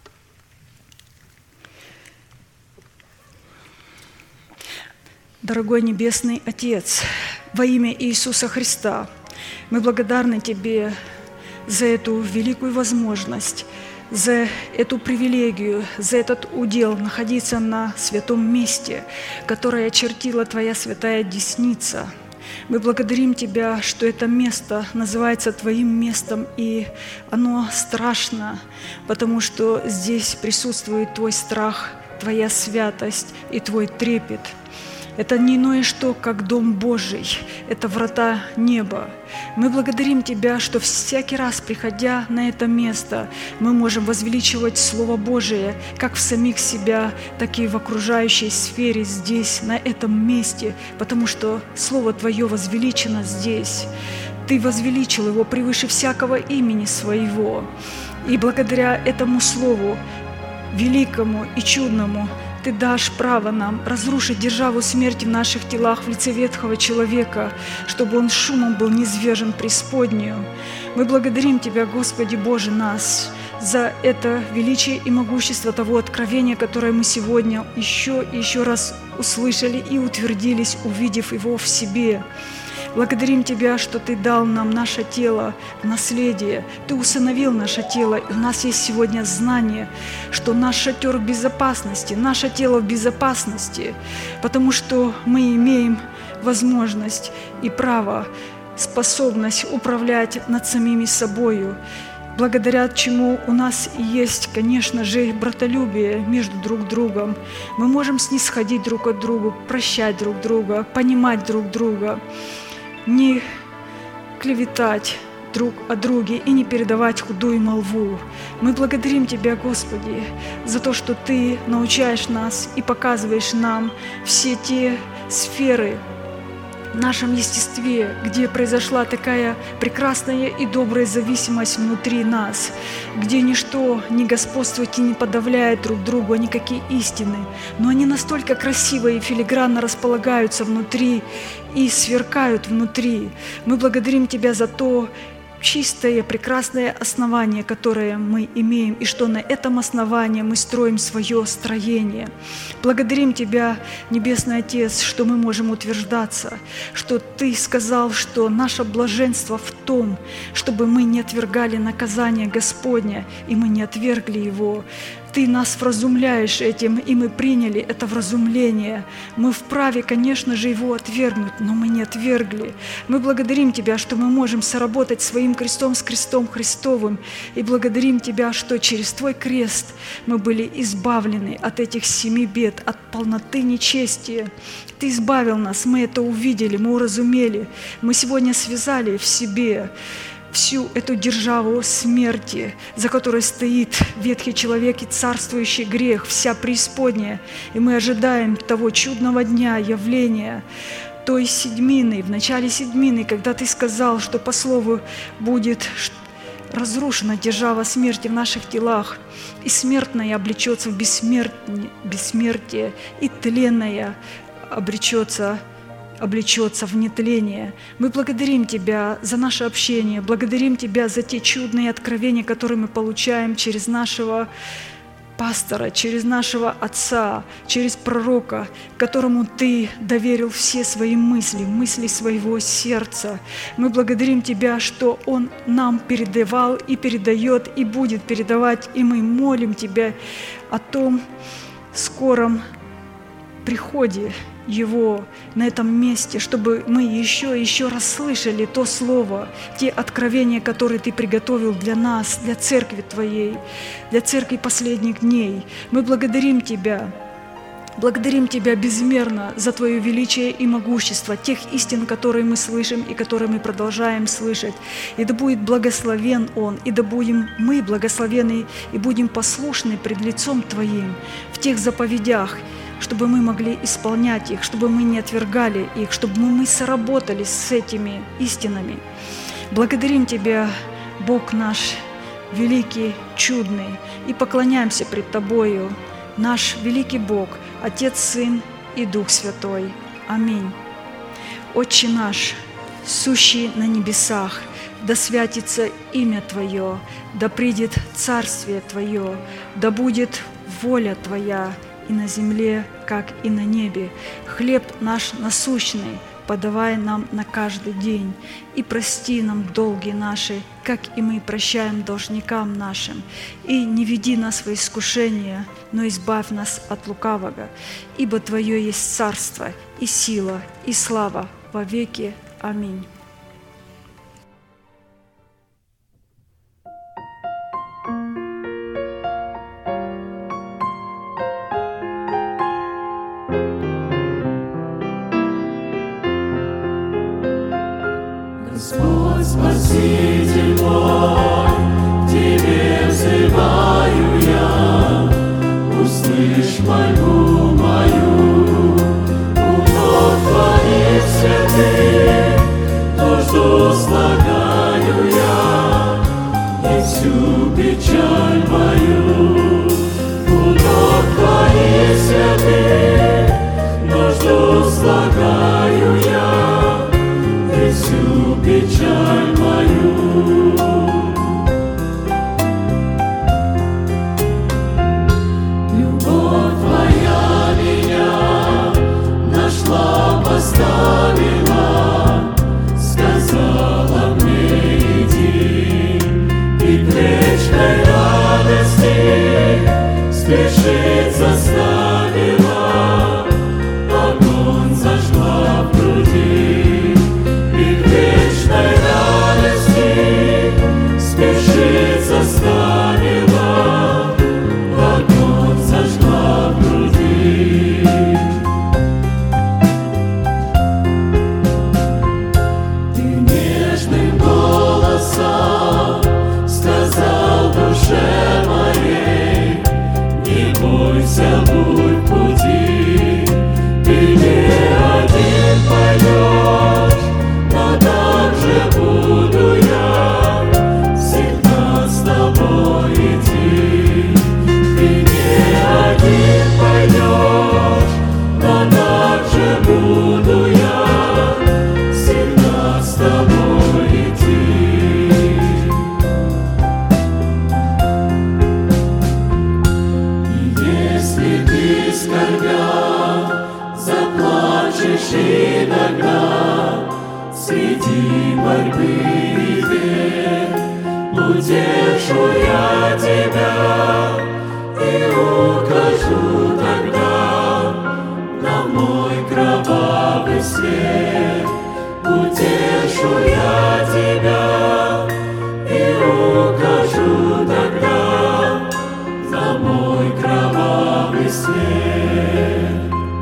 Дорогой Небесный Отец, во имя Иисуса Христа, мы благодарны Тебе за эту великую возможность, за эту привилегию, за этот удел находиться на святом месте, которое очертила Твоя святая десница. Мы благодарим Тебя, что это место называется Твоим местом, и оно страшно, потому что здесь присутствует Твой страх, Твоя святость и Твой трепет. Это не иное что, как Дом Божий, это врата неба. Мы благодарим Тебя, что всякий раз, приходя на это место, мы можем возвеличивать Слово Божие, как в самих себя, так и в окружающей сфере здесь, на этом месте, потому что Слово Твое возвеличено здесь. Ты возвеличил его превыше всякого имени своего. И благодаря этому Слову, великому и чудному, Ты дашь право нам разрушить державу смерти в наших телах в лице ветхого человека, чтобы он шумом был низвержен преисподнюю. Мы благодарим Тебя, Господи Боже, нас, за это величие и могущество того откровения, которое мы сегодня еще и еще раз услышали и утвердились, увидев его в себе. Благодарим Тебя, что Ты дал нам наше тело в наследие, Ты усыновил наше тело, и у нас есть сегодня знание, что наш шатер в безопасности, наше тело в безопасности, потому что мы имеем возможность и право, способность управлять над самими собою, благодаря чему у нас есть, конечно же, братолюбие между друг другом. Мы можем снисходить друг от друга, прощать друг друга, понимать друг друга, не клеветать друг о друге и не передавать худую молву. Мы благодарим Тебя, Господи, за то, что Ты научаешь нас и показываешь нам все те сферы в нашем естестве, где произошла такая прекрасная и добрая зависимость внутри нас, где ничто не господствует и не подавляет друг друга, никакие истины, но они настолько красиво и филигранно располагаются внутри и сверкают внутри. Мы благодарим Тебя за то чистое, прекрасное основание, которое мы имеем, и что на этом основании мы строим свое строение. Благодарим Тебя, Небесный Отец, что мы можем утверждаться, что Ты сказал, что наше блаженство в том, чтобы мы не отвергали наказание Господня, и мы не отвергли его. Ты нас вразумляешь этим, и мы приняли это вразумление. Мы вправе, конечно же, его отвергнуть, но мы не отвергли. Мы благодарим Тебя, что мы можем соработать своим крестом с крестом Христовым, и благодарим Тебя, что через Твой крест мы были избавлены от этих семи бед, от полноты нечестия. Ты избавил нас, мы это увидели, мы уразумели. Мы сегодня связали в себе всю эту державу смерти, за которой стоит ветхий человек и царствующий грех, вся преисподняя. И мы ожидаем того чудного дня явления, той седьмины, в начале седьмины, когда Ты сказал, что по слову будет разрушена держава смерти в наших телах, и смертная облечется в бессмертие, и тленная обречется облечется в нетление. Мы благодарим Тебя за наше общение, благодарим Тебя за те чудные откровения, которые мы получаем через нашего пастора, через нашего отца, через пророка, которому Ты доверил все свои мысли, мысли своего сердца. Мы благодарим Тебя, что Он нам передавал и передает, и будет передавать, и мы молим Тебя о том скором приходе Его на этом месте, чтобы мы еще и еще раз слышали то Слово, те откровения, которые Ты приготовил для нас, для церкви Твоей, для церкви последних дней. Мы благодарим Тебя, благодарим Тебя безмерно за Твое величие и могущество, тех истин, которые мы слышим и которые мы продолжаем слышать. И да будет благословен Он, и да будем мы благословены и будем послушны пред лицом Твоим в тех заповедях, чтобы мы могли исполнять их, чтобы мы не отвергали их, чтобы мы соработали с этими истинами. Благодарим Тебя, Бог наш, великий, чудный, и поклоняемся пред Тобою, наш великий Бог, Отец, Сын и Дух Святой. Аминь. Отче наш, сущий на небесах, да святится имя Твое, да придет Царствие Твое, да будет воля Твоя и на земле, как и на небе. Хлеб наш насущный подавай нам на каждый день, и прости нам долги наши, как и мы прощаем должникам нашим. И не веди нас во искушение, но избавь нас от лукавого, ибо Твое есть царство, и сила, и слава во веки. Аминь. Господь, Спаситель мой, к Тебе взываю я, услышь мольбу мою, у ног Твоих святых нужду слагаю я, и всю печаль мою, у ног Твоих святых нужду слагаю я, и всю печаль мою. Любовь Твоя меня нашла, поставила, сказала мне иди, и к вечной радости спешить заставила, огонь зажгла в груди. Вечной радости спешить заставила, огонь зажгла в груди. Ты нежным голосом сказал душе моей, не бойся, будь в пути, ты не один пойдешь, но там же буду я всегда с тобой идти. Ты не один пойдешь, но там же буду я всегда с тобой идти. И если ты, скорбя, заплачешь иногда среди борьбы и бед, утешу я тебя и укажу тогда на мой кровавый след. Утешу я тебя и укажу тогда на мой кровавый след.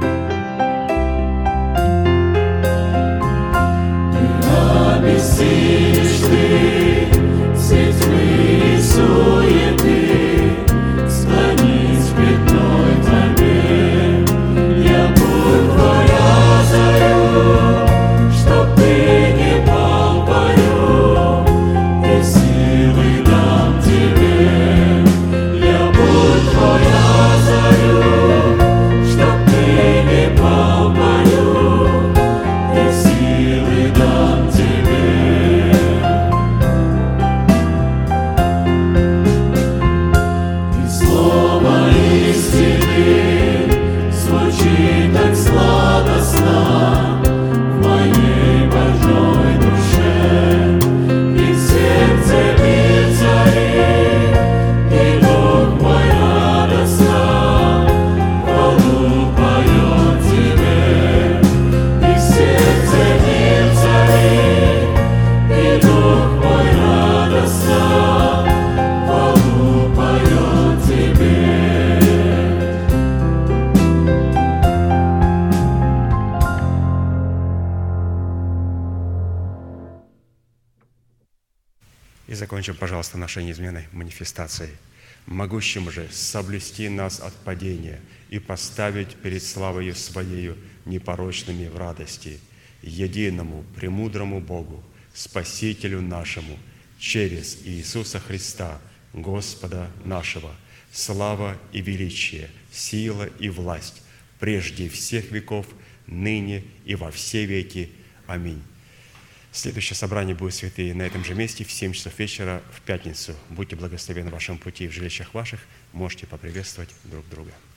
Обессилишь ты все тьмы и суеты, склонись пред мной тебе. Я боль Твоя зову, чтоб ты не пал в бою, и силы дам тебе. Я боль Твоя зову, чтоб ты не пал в бою, и силы дам тебе. И слово истины звучит так сладостно в моей больной душе, и в сердце мир царит, и дух мой радостно хвалу поет тебе. И в сердце мир царит, и дух мой радостно хвалу поет тебе. И закончим, пожалуйста, нашей неизменной манифестацией. «Могущим же соблюсти нас от падения и поставить перед славою Своею непорочными в радости, единому, премудрому Богу, Спасителю нашему, через Иисуса Христа, Господа нашего, слава и величие, сила и власть, прежде всех веков, ныне и во все веки. Аминь». Следующее собрание будет, святые, на этом же месте в семь часов вечера в пятницу. Будьте благословенны в вашем пути и в жилищах ваших. Можете поприветствовать друг друга.